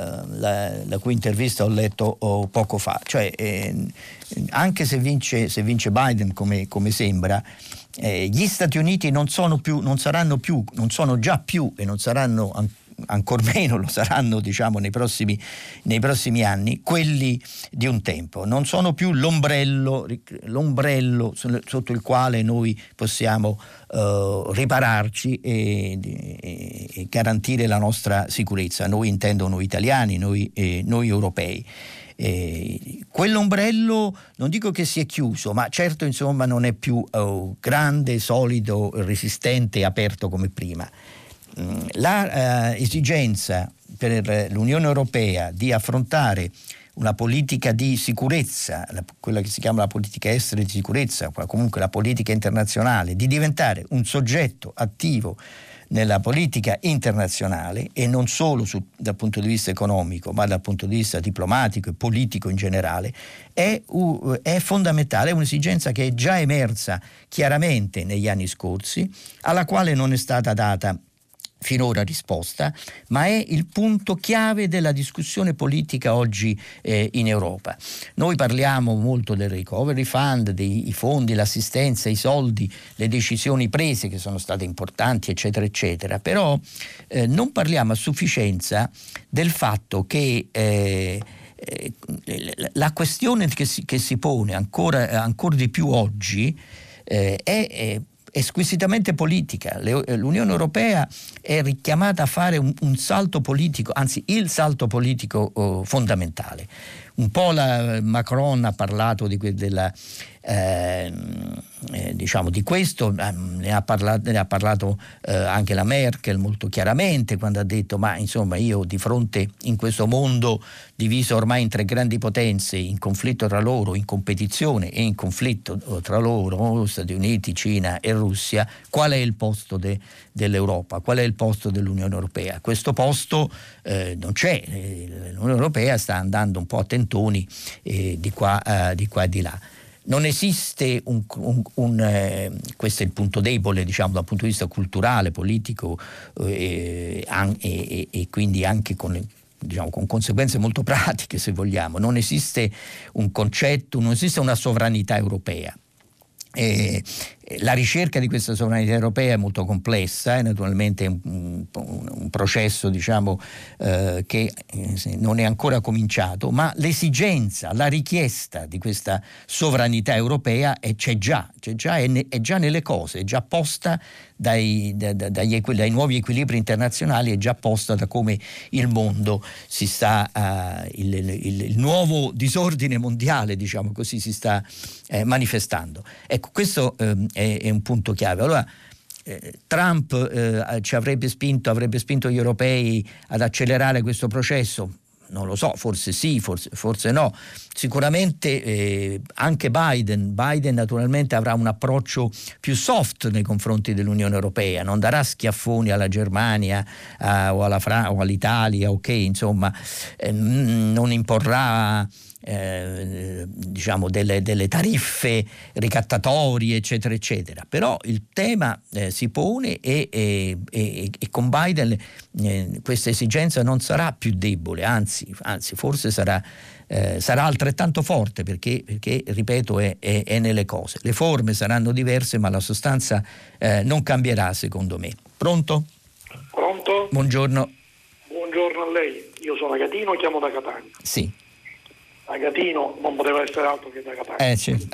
la, la cui intervista ho letto oh, poco fa, cioè eh, anche se vince, se vince Biden come, come sembra, eh, gli Stati Uniti non sono più, non saranno più, non sono già più e non saranno ancora, ancor meno lo saranno, diciamo, nei prossimi, nei prossimi anni, quelli di un tempo. Non sono più l'ombrello, l'ombrello sotto il quale noi possiamo uh, ripararci e, e, e garantire la nostra sicurezza. Noi intendo noi italiani, noi, eh, noi europei. Eh, quell'ombrello non dico che si è chiuso, ma certo insomma non è più uh, grande, solido, resistente e aperto come prima. La eh, esigenza per l'Unione Europea di affrontare una politica di sicurezza, la, quella che si chiama la politica estera di sicurezza, comunque la politica internazionale, di diventare un soggetto attivo nella politica internazionale e non solo su, dal punto di vista economico, ma dal punto di vista diplomatico e politico in generale, è, uh, è fondamentale, è un'esigenza che è già emersa chiaramente negli anni scorsi, alla quale non è stata data finora risposta, ma è il punto chiave della discussione politica oggi eh, in Europa. Noi parliamo molto del recovery fund, dei fondi, l'assistenza, i soldi, le decisioni prese che sono state importanti, eccetera, eccetera, però eh, non parliamo a sufficienza del fatto che eh, eh, la questione che si, che si pone ancora, ancora di più oggi eh, è, è è squisitamente politica. L'Unione Europea è richiamata a fare un, un salto politico, anzi il salto politico oh, fondamentale. un po' la, Macron ha parlato di que, della eh, eh, diciamo di questo, eh, ne ha parlato, ne ha parlato eh, anche la Merkel molto chiaramente, quando ha detto ma insomma io di fronte in questo mondo diviso ormai in tre grandi potenze, in conflitto tra loro, in competizione e in conflitto tra loro, Stati Uniti, Cina e Russia, qual è il posto de, dell'Europa, qual è il posto dell'Unione Europea? Questo posto eh, non c'è, l'Unione Europea sta andando un po' a tentoni eh, di qua eh, di qua e di là. Non esiste un, un, un eh, questo è il punto debole, diciamo, dal punto di vista culturale, politico eh, an, e, e quindi anche con, diciamo, con conseguenze molto pratiche, se vogliamo. Non esiste un concetto, non esiste una sovranità europea. E la ricerca di questa sovranità europea è molto complessa, è naturalmente un, un, un processo, diciamo, eh, che non è ancora cominciato, ma l'esigenza, la richiesta di questa sovranità europea è, c'è già, c'è già è, è già nelle cose, è già posta dai, da, da, dagli, dai nuovi equilibri internazionali, è già posta da come il mondo si sta, uh, il, il, il nuovo disordine mondiale, diciamo così, si sta eh, manifestando. Ecco, questo eh, è, è un punto chiave. Allora, eh, Trump eh, ci avrebbe spinto, avrebbe spinto gli europei ad accelerare questo processo? Non lo so, forse sì, forse, forse no. Sicuramente eh, anche Biden, Biden naturalmente avrà un approccio più soft nei confronti dell'Unione Europea, non darà schiaffoni alla Germania eh, o, alla Fra- o all'Italia, ok, insomma, eh, non imporrà Eh, diciamo delle, delle tariffe ricattatorie eccetera eccetera, però il tema eh, si pone e, e, e, e con Biden eh, questa esigenza non sarà più debole, anzi, anzi forse sarà, eh, sarà altrettanto forte, perché, perché ripeto è, è, è nelle cose, le forme saranno diverse ma la sostanza eh, non cambierà, secondo me. Pronto? Pronto? Buongiorno. Buongiorno a lei, io sono Agatino, chiamo da Catania. Sì. Agatino non poteva essere altro che da Catania. Eh, certo.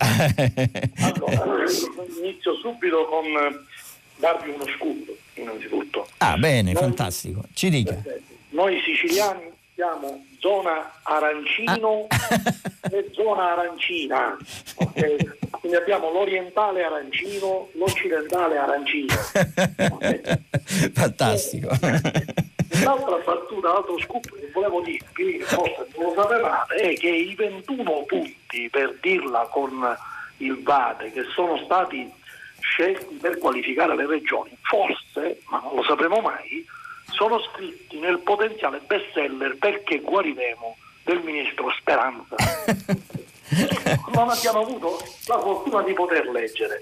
Allora, inizio subito con darvi uno scoop, innanzitutto. Ah, bene, noi, fantastico. Ci dica. Noi siciliani siamo zona arancino ah. e zona arancina. Okay? Quindi abbiamo l'orientale arancino, l'occidentale arancino. Okay? Fantastico. L'altra battuta, l'altro scoop che volevo dirvi, forse non lo sapevate, è che i ventuno punti, per dirla con il Vade, che sono stati scelti per qualificare le regioni, forse, ma non lo sapremo mai, sono scritti nel potenziale bestseller Perché guariremo del ministro Speranza. Non abbiamo avuto la fortuna di poter leggere.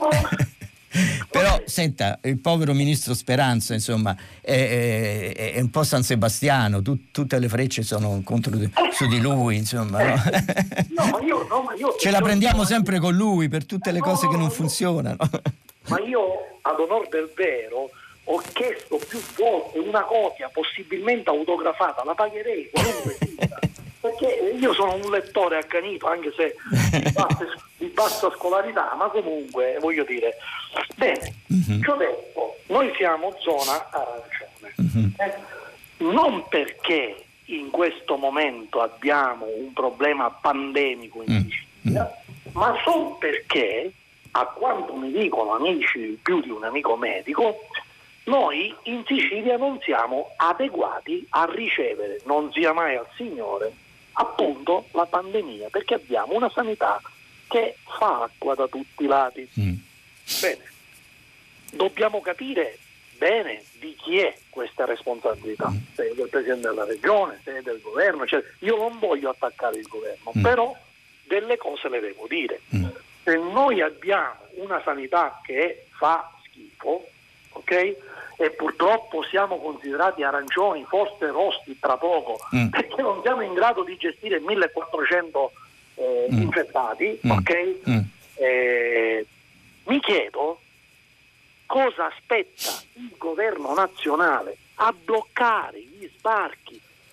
Però senta, il povero ministro Speranza, insomma, è, è, è un po' San Sebastiano, tu, tutte le frecce sono contro su di lui, insomma, no? No, ma io, no, ma io ce la prendiamo sempre con lui per tutte le cose che non funzionano. Ma io, ad onor del vero, ho chiesto più volte una copia possibilmente autografata, la pagherei qualunque sia, perché io sono un lettore accanito, anche se di bassa, di bassa scolarità, ma comunque voglio dire, bene, mm-hmm. Ci ho detto, noi siamo zona arancione, mm-hmm. eh, non perché in questo momento abbiamo un problema pandemico in Sicilia, mm-hmm. ma solo perché, a quanto mi dicono amici, più di un amico medico, noi in Sicilia non siamo adeguati a ricevere, non sia mai al Signore, appunto la pandemia, perché abbiamo una sanità che fa acqua da tutti i lati. Mm. Bene, dobbiamo capire bene di chi è questa responsabilità, se è del Presidente della Regione, se è del governo, cioè, io non voglio attaccare il governo, mm. però delle cose le devo dire. Mm. Se noi abbiamo una sanità che fa schifo, ok? E purtroppo siamo considerati arancioni, forse rossi tra poco, mm. perché non siamo in grado di gestire millequattrocento eh, mm. infettati, mm. ok? Mm. Eh, mi chiedo cosa aspetta il governo nazionale a bloccare gli sbarchi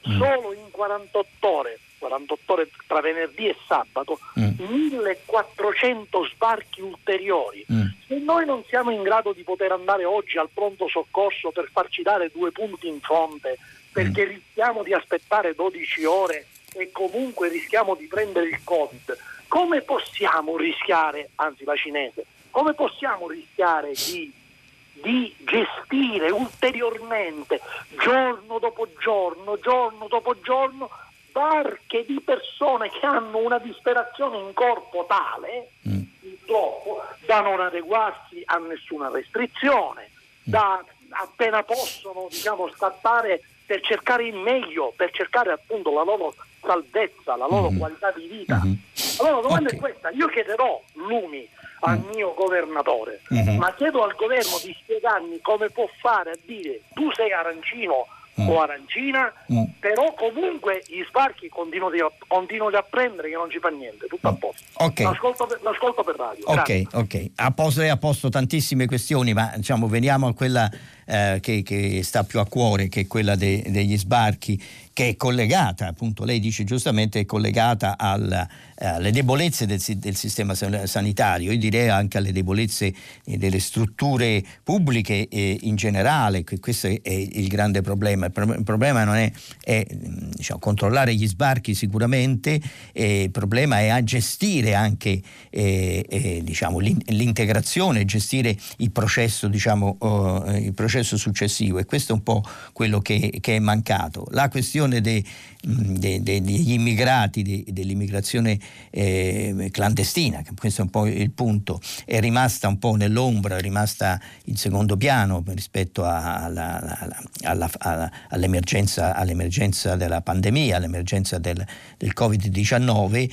mm. solo in quarantotto ore, quarantotto ore tra venerdì e sabato, mm. millequattrocento sbarchi ulteriori. Mm. Se noi non siamo in grado di poter andare oggi al pronto soccorso per farci dare due punti in fronte, perché mm. rischiamo di aspettare dodici ore e comunque rischiamo di prendere il Covid, come possiamo rischiare, anzi la cinese, come possiamo rischiare di, di gestire ulteriormente, giorno dopo giorno, giorno dopo giorno, barche di persone che hanno una disperazione in corpo tale, mm. purtroppo, da non adeguarsi a nessuna restrizione, da appena possono, diciamo, scappare per cercare il meglio, per cercare appunto la loro salvezza, la loro mm-hmm. qualità di vita. Mm-hmm. Allora la domanda okay. è questa: io chiederò lumi al mm. mio governatore, mm-hmm. ma chiedo al governo di spiegarmi come può fare a dire tu sei arancino mm. o arancina, mm. però comunque gli sbarchi continuano a prendere, che non ci fa niente, tutto a posto. Okay. L'ascolto, per, l'ascolto per radio. Ok, Grazie. ok. Ha posto, lei ha posto tantissime questioni, ma diciamo veniamo a quella eh, che, che sta più a cuore, che è quella de, degli sbarchi, che è collegata, appunto, lei dice giustamente, è collegata al, alle debolezze del, del sistema sanitario, io direi anche alle debolezze delle strutture pubbliche eh, in generale. Questo è il grande problema. Il problema non è, è diciamo, controllare gli sbarchi sicuramente, eh, il problema è a gestire anche eh, eh, diciamo, l'integrazione, gestire il processo, diciamo, uh, il processo successivo, e questo è un po' quello che, che è mancato. La questione De, de, de, degli immigrati, de, dell'immigrazione eh, clandestina, che questo è un po' il punto, è rimasta un po' nell'ombra, è rimasta in secondo piano rispetto a, alla, alla, alla, alla, all'emergenza, all'emergenza della pandemia, all'emergenza del, del covid diciannove,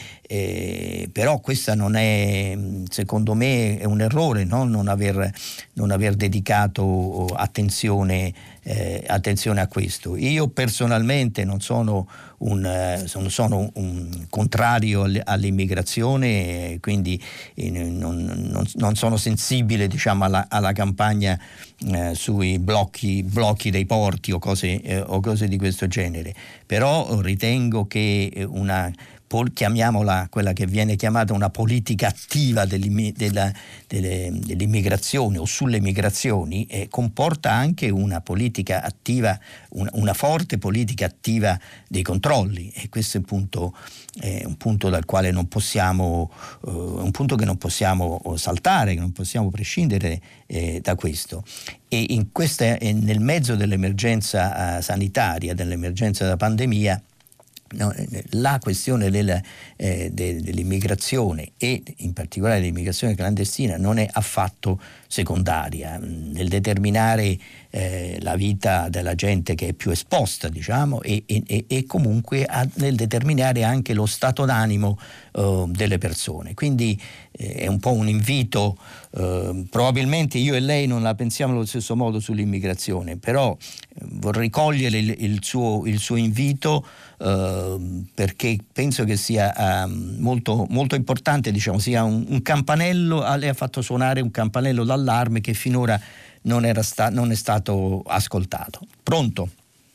eh, però questa non è, secondo me è un errore, no? non, aver, non aver dedicato attenzione Eh, attenzione a questo. Io personalmente non sono un, eh, non sono un contrario all'immigrazione, eh, quindi eh, non, non, non sono sensibile, diciamo, alla, alla campagna eh, sui blocchi, blocchi dei porti o cose, eh, o cose di questo genere, però ritengo che una chiamiamola quella che viene chiamata una politica attiva della, delle, dell'immigrazione o sulle migrazioni eh, comporta anche una politica attiva, una, una forte politica attiva dei controlli, e questo è un punto, eh, un punto dal quale non possiamo, eh, un punto che non possiamo saltare, che non possiamo prescindere eh, da questo. E in questa, eh, nel mezzo dell'emergenza eh, sanitaria, dell'emergenza della pandemia, no, la questione della, eh, de, dell'immigrazione e in particolare dell'immigrazione clandestina non è affatto secondaria nel determinare eh, la vita della gente che è più esposta, diciamo, e, e, e comunque a, nel determinare anche lo stato d'animo eh, delle persone. Quindi eh, è un po' un invito, eh, probabilmente io e lei non la pensiamo allo stesso modo sull'immigrazione, però eh, vorrei cogliere il, il, suo, il suo invito, eh, perché penso che sia eh, molto, molto importante, diciamo, sia un, un campanello, lei ha fatto suonare un campanello d'allarme che finora non, era sta, non è stato ascoltato. Pronto?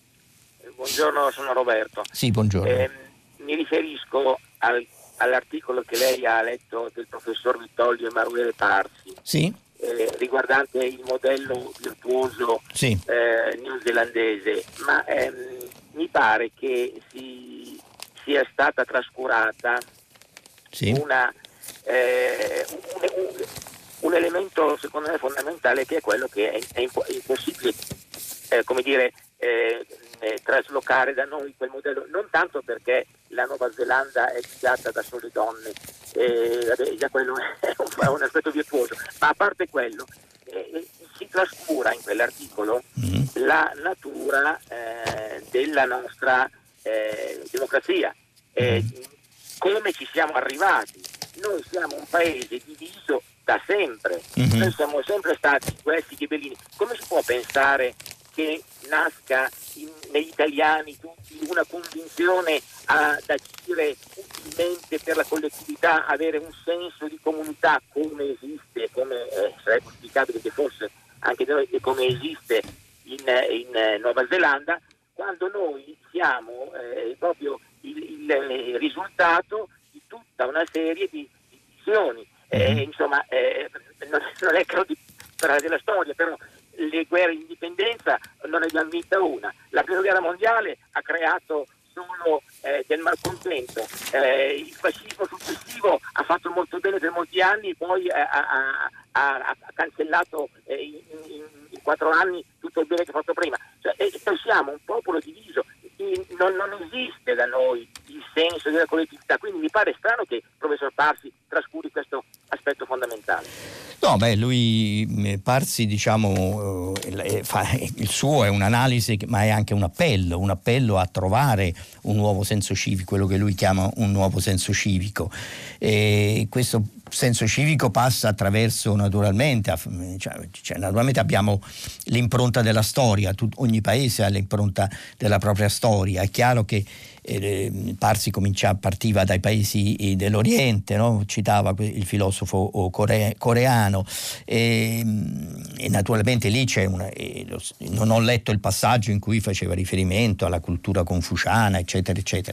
Buongiorno, sono Roberto. Sì, buongiorno. Eh, mi riferisco al, all'articolo che lei ha letto del professor Vittorio Emanuele Parsi, sì. eh, riguardante il modello virtuoso sì. eh, neozelandese, ma ehm, mi pare che si, sia stata trascurata sì. una, eh, un, un, un elemento secondo me fondamentale, che è quello che è, è impossibile eh, come dire eh, eh, traslocare da noi quel modello, non tanto perché la Nuova Zelanda è guidata da sole donne, eh, vabbè, già quello è un, è un aspetto virtuoso, ma a parte quello eh, si trascura in quell'articolo mm. la natura eh, della nostra eh, democrazia, eh, mm. come ci siamo arrivati. Noi siamo un paese diviso da sempre, mm-hmm. noi siamo sempre stati questi ghibellini. Come si può pensare che nasca in, negli italiani tutti una convinzione ad agire utilmente per la collettività, avere un senso di comunità come esiste, come eh, sarebbe auspicabile che fosse anche noi, come esiste in, in Nuova Zelanda, quando noi siamo proprio il, il risultato di tutta una serie di decisioni. Eh, insomma, eh, non, non è che lo dico parlare della storia, però le guerre di indipendenza non ne abbiamo vista una. La prima guerra mondiale ha creato solo eh, del malcontento, eh, il fascismo successivo ha fatto molto bene per molti anni, poi eh, ha, ha, ha cancellato eh, in, in, in quattro anni tutto il bene che ha fatto prima. Cioè, eh, noi siamo un popolo diviso, non, non esiste da noi il senso della collettività, quindi mi pare strano che il professor Parsi trascuri questo aspetto fondamentale. No, beh, lui Parsi, diciamo, eh, fa, il suo è un'analisi, ma è anche un appello, un appello a trovare un nuovo senso civico, quello che lui chiama un nuovo senso civico. E questo senso civico passa attraverso, naturalmente, cioè, cioè, naturalmente abbiamo l'impronta della storia, Tut, ogni paese ha l'impronta della propria storia. È chiaro che eh, Parsi comincia, partiva dai paesi dell'Oriente, no? Citava il filosofo core, coreano e, e naturalmente lì c'è una, eh, lo, non ho letto il passaggio in cui faceva riferimento alla cultura confuciana, eccetera eccetera.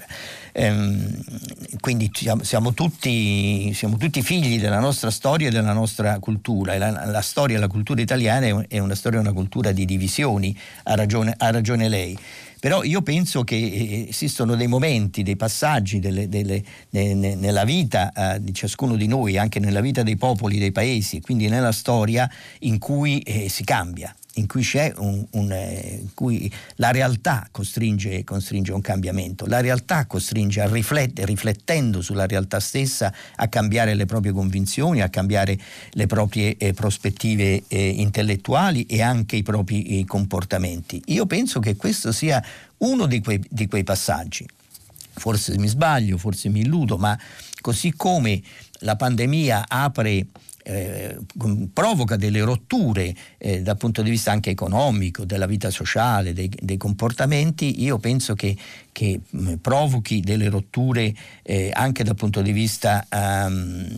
Ehm, quindi siamo, siamo tutti siamo tutti figli della nostra storia e della nostra cultura, e la, la storia e la cultura italiana è una storia e una cultura di divisioni, ha ragione, ha ragione lei. Però io penso che esistono dei momenti, dei passaggi delle, delle, ne, ne, nella vita eh, di ciascuno di noi, anche nella vita dei popoli, dei paesi, quindi nella storia, in cui eh, si cambia, in cui c'è un, un eh, in cui la realtà costringe, costringe un cambiamento, la realtà costringe a riflettere, riflettendo sulla realtà stessa, a cambiare le proprie convinzioni, a cambiare le proprie eh, prospettive eh, intellettuali e anche i propri eh, comportamenti. Io penso che questo sia uno di quei, di quei passaggi. Forse mi sbaglio, forse mi illudo, ma così come la pandemia apre Eh, provoca delle rotture eh, dal punto di vista anche economico, della vita sociale, dei, dei comportamenti, io penso che, che mh, provochi delle rotture eh, anche dal punto di vista um,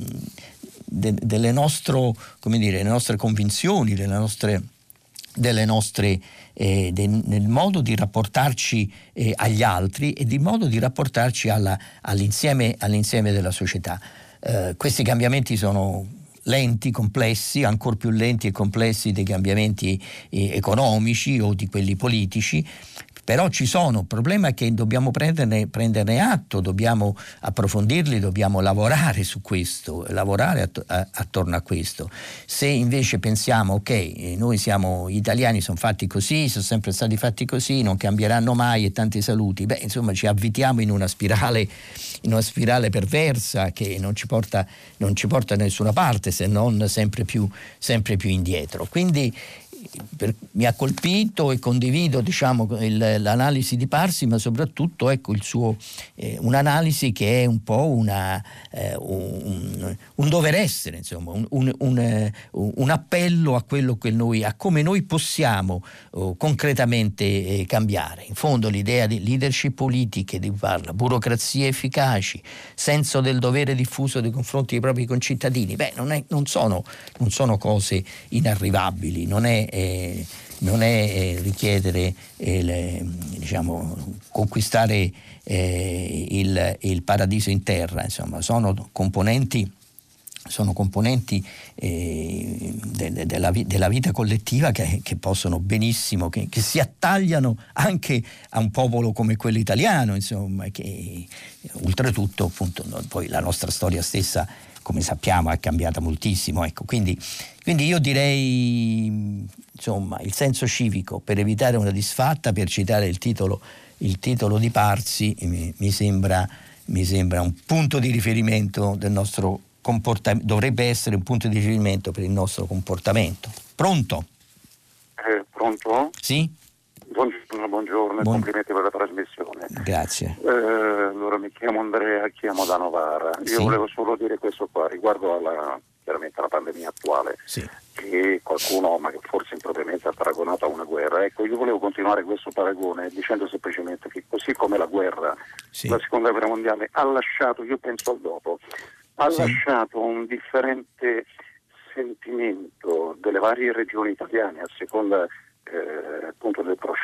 de, delle nostre, come dire, le nostre convinzioni, delle nostre, delle nostre eh, de, nel modo di rapportarci eh, agli altri e di modo di rapportarci alla, all'insieme, all'insieme della società. Eh, questi cambiamenti sono lenti, complessi, ancor più lenti e complessi dei cambiamenti eh, economici o di quelli politici, però ci sono. Il problema è che dobbiamo prenderne, prenderne atto, dobbiamo approfondirli, dobbiamo lavorare su questo, lavorare att- a- attorno a questo. Se invece pensiamo, ok, noi siamo, gli italiani sono fatti così, sono sempre stati fatti così, non cambieranno mai e tanti saluti, beh, insomma ci avvitiamo in una spirale, in una spirale perversa che non ci porta, non ci porta da nessuna parte, se non sempre più, sempre più indietro. Quindi Per, mi ha colpito e condivido, diciamo, il, l'analisi di Parsi, ma soprattutto ecco il suo eh, un'analisi che è un po' una, eh, un, un dover essere, insomma, un, un, un, un appello a quello che noi, a come noi possiamo oh, concretamente eh, cambiare. In fondo l'idea di leadership politiche, di parla, burocrazie efficaci, senso del dovere diffuso nei confronti dei propri concittadini, beh, non, è, non, sono, non sono cose inarrivabili, non è Eh, non è eh, richiedere eh, le, diciamo conquistare eh, il, il paradiso in terra, insomma sono componenti sono componenti eh, de, de, della, della vita collettiva che, che possono benissimo, che, che si attagliano anche a un popolo come quello italiano, insomma, che oltretutto appunto poi la nostra storia stessa, come sappiamo, è cambiata moltissimo, ecco, quindi, quindi io direi, insomma, il senso civico per evitare una disfatta, per citare il titolo, il titolo di Parsi, mi, mi sembra mi sembra un punto di riferimento del nostro comportamento, dovrebbe essere un punto di riferimento per il nostro comportamento. Pronto? Eh, pronto? Sì? Buongiorno, buongiorno, Buon... complimenti per la trasmissione. Grazie. Eh, allora mi chiamo Andrea, chiamo da Novara. Io sì. volevo solo dire questo qua riguardo alla, chiaramente alla pandemia attuale, sì. che qualcuno, ma che forse impropriamente ha paragonato a una guerra. Ecco, io volevo continuare questo paragone dicendo semplicemente che così come la guerra, sì. la seconda guerra mondiale ha lasciato, io penso al dopo, ha sì. lasciato un differente sentimento delle varie regioni italiane a seconda Eh, appunto del processo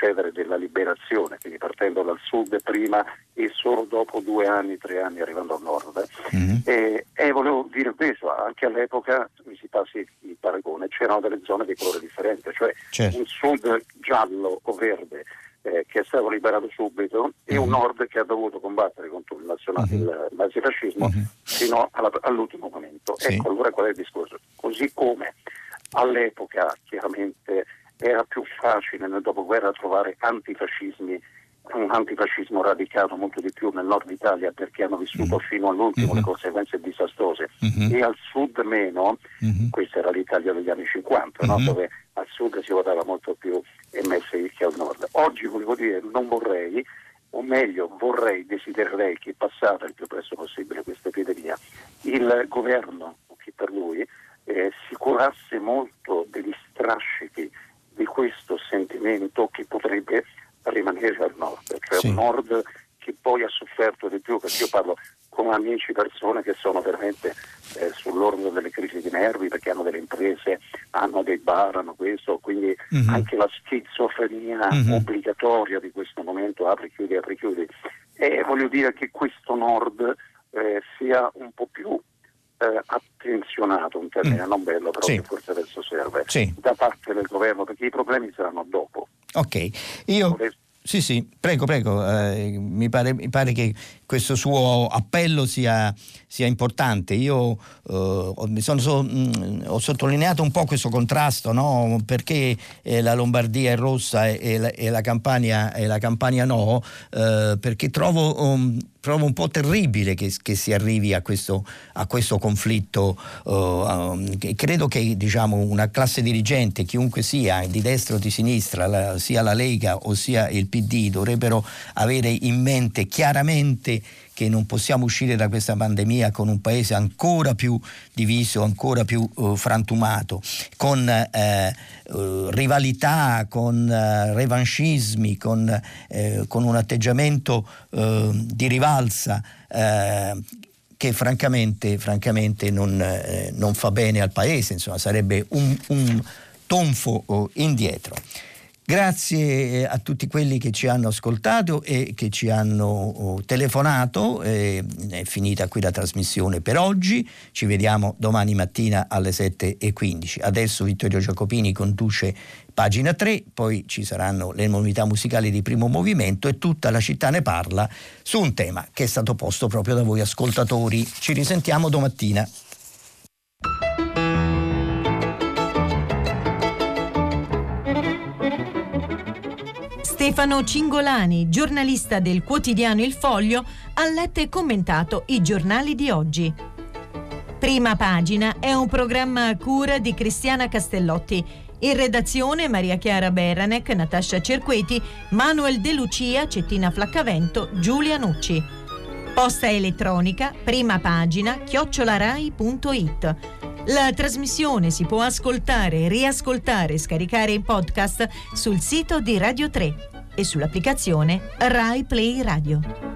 procedere della liberazione, quindi partendo dal sud prima e solo dopo due anni, tre anni arrivando al nord. Mm-hmm. E, e volevo dire questo, anche all'epoca, mi si passi il paragone, c'erano delle zone di colore differente, cioè certo. un sud giallo o verde eh, che è stato liberato subito mm-hmm. e un nord che ha dovuto combattere contro il, nazionale, mm-hmm. il nazifascismo mm-hmm. fino alla, all'ultimo momento. Sì. Ecco allora qual è il discorso. Così come all'epoca chiaramente era più facile nel dopoguerra trovare antifascismi, un antifascismo radicato molto di più nel nord Italia perché hanno vissuto mm-hmm. fino all'ultimo mm-hmm. le conseguenze disastrose mm-hmm. e al sud meno, mm-hmm. questa era l'Italia degli anni cinquanta, mm-hmm. no? Dove al sud si votava molto più M S I che al nord. Oggi volevo dire, non vorrei, o meglio vorrei, desidererei che passata il più presto possibile questa epidemia, il governo, chi per lui, eh, si curasse molto degli strascichi di questo sentimento che potrebbe rimanere al nord, cioè sì. un nord che poi ha sofferto di più, perché io parlo con amici, persone che sono veramente eh, sull'orlo delle crisi di nervi perché hanno delle imprese, hanno dei bar, hanno questo, quindi mm-hmm. anche la schizofrenia mm-hmm. obbligatoria di questo momento, apri, chiudi, apri, chiudi. E voglio dire che questo nord eh, sia un po' più Eh, attenzionato, un termine mm. non bello, però sì. che forse adesso serve, sì. da parte del governo, perché i problemi saranno dopo. Ok, io... Vorrei... Sì, sì, prego, prego, eh, mi, pare, mi pare che questo suo appello sia, sia importante. Io eh, mi sono, so, mh, ho sottolineato un po' questo contrasto, no? Perché eh, la Lombardia è rossa e, e, la, e, la, Campania, e la Campania no, eh, perché trovo... Um, trovo un po' terribile che, che si arrivi a questo, a questo conflitto. Uh, um, che credo che diciamo, una classe dirigente, chiunque sia, di destra o di sinistra, la, sia la Lega o sia il P D, dovrebbero avere in mente chiaramente che non possiamo uscire da questa pandemia con un paese ancora più diviso, ancora più uh, frantumato, con eh, uh, rivalità, con uh, revanchismi, con, eh, con un atteggiamento uh, di rivalsa uh, che francamente, francamente non, eh, non fa bene al paese, insomma sarebbe un, un tonfo uh, indietro. Grazie a tutti quelli che ci hanno ascoltato e che ci hanno telefonato. È finita qui la trasmissione per oggi. Ci vediamo domani mattina alle sette e quindici. Adesso Vittorio Giacopini conduce Pagina tre, poi ci saranno le novità musicali di Primo Movimento e Tutta la città ne parla su un tema che è stato posto proprio da voi ascoltatori. Ci risentiamo domattina. Stefano Cingolani, giornalista del quotidiano Il Foglio, ha letto e commentato i giornali di oggi. Prima Pagina è un programma a cura di Cristiana Castellotti. In redazione Maria Chiara Beranec, Natascia Cerqueti, Manuel De Lucia, Cettina Flaccavento, Giulia Nucci. Posta elettronica primapagina chiocciolarai punto it. La trasmissione si può ascoltare, riascoltare e scaricare in podcast sul sito di Radio tre e sull'applicazione Rai Play Radio.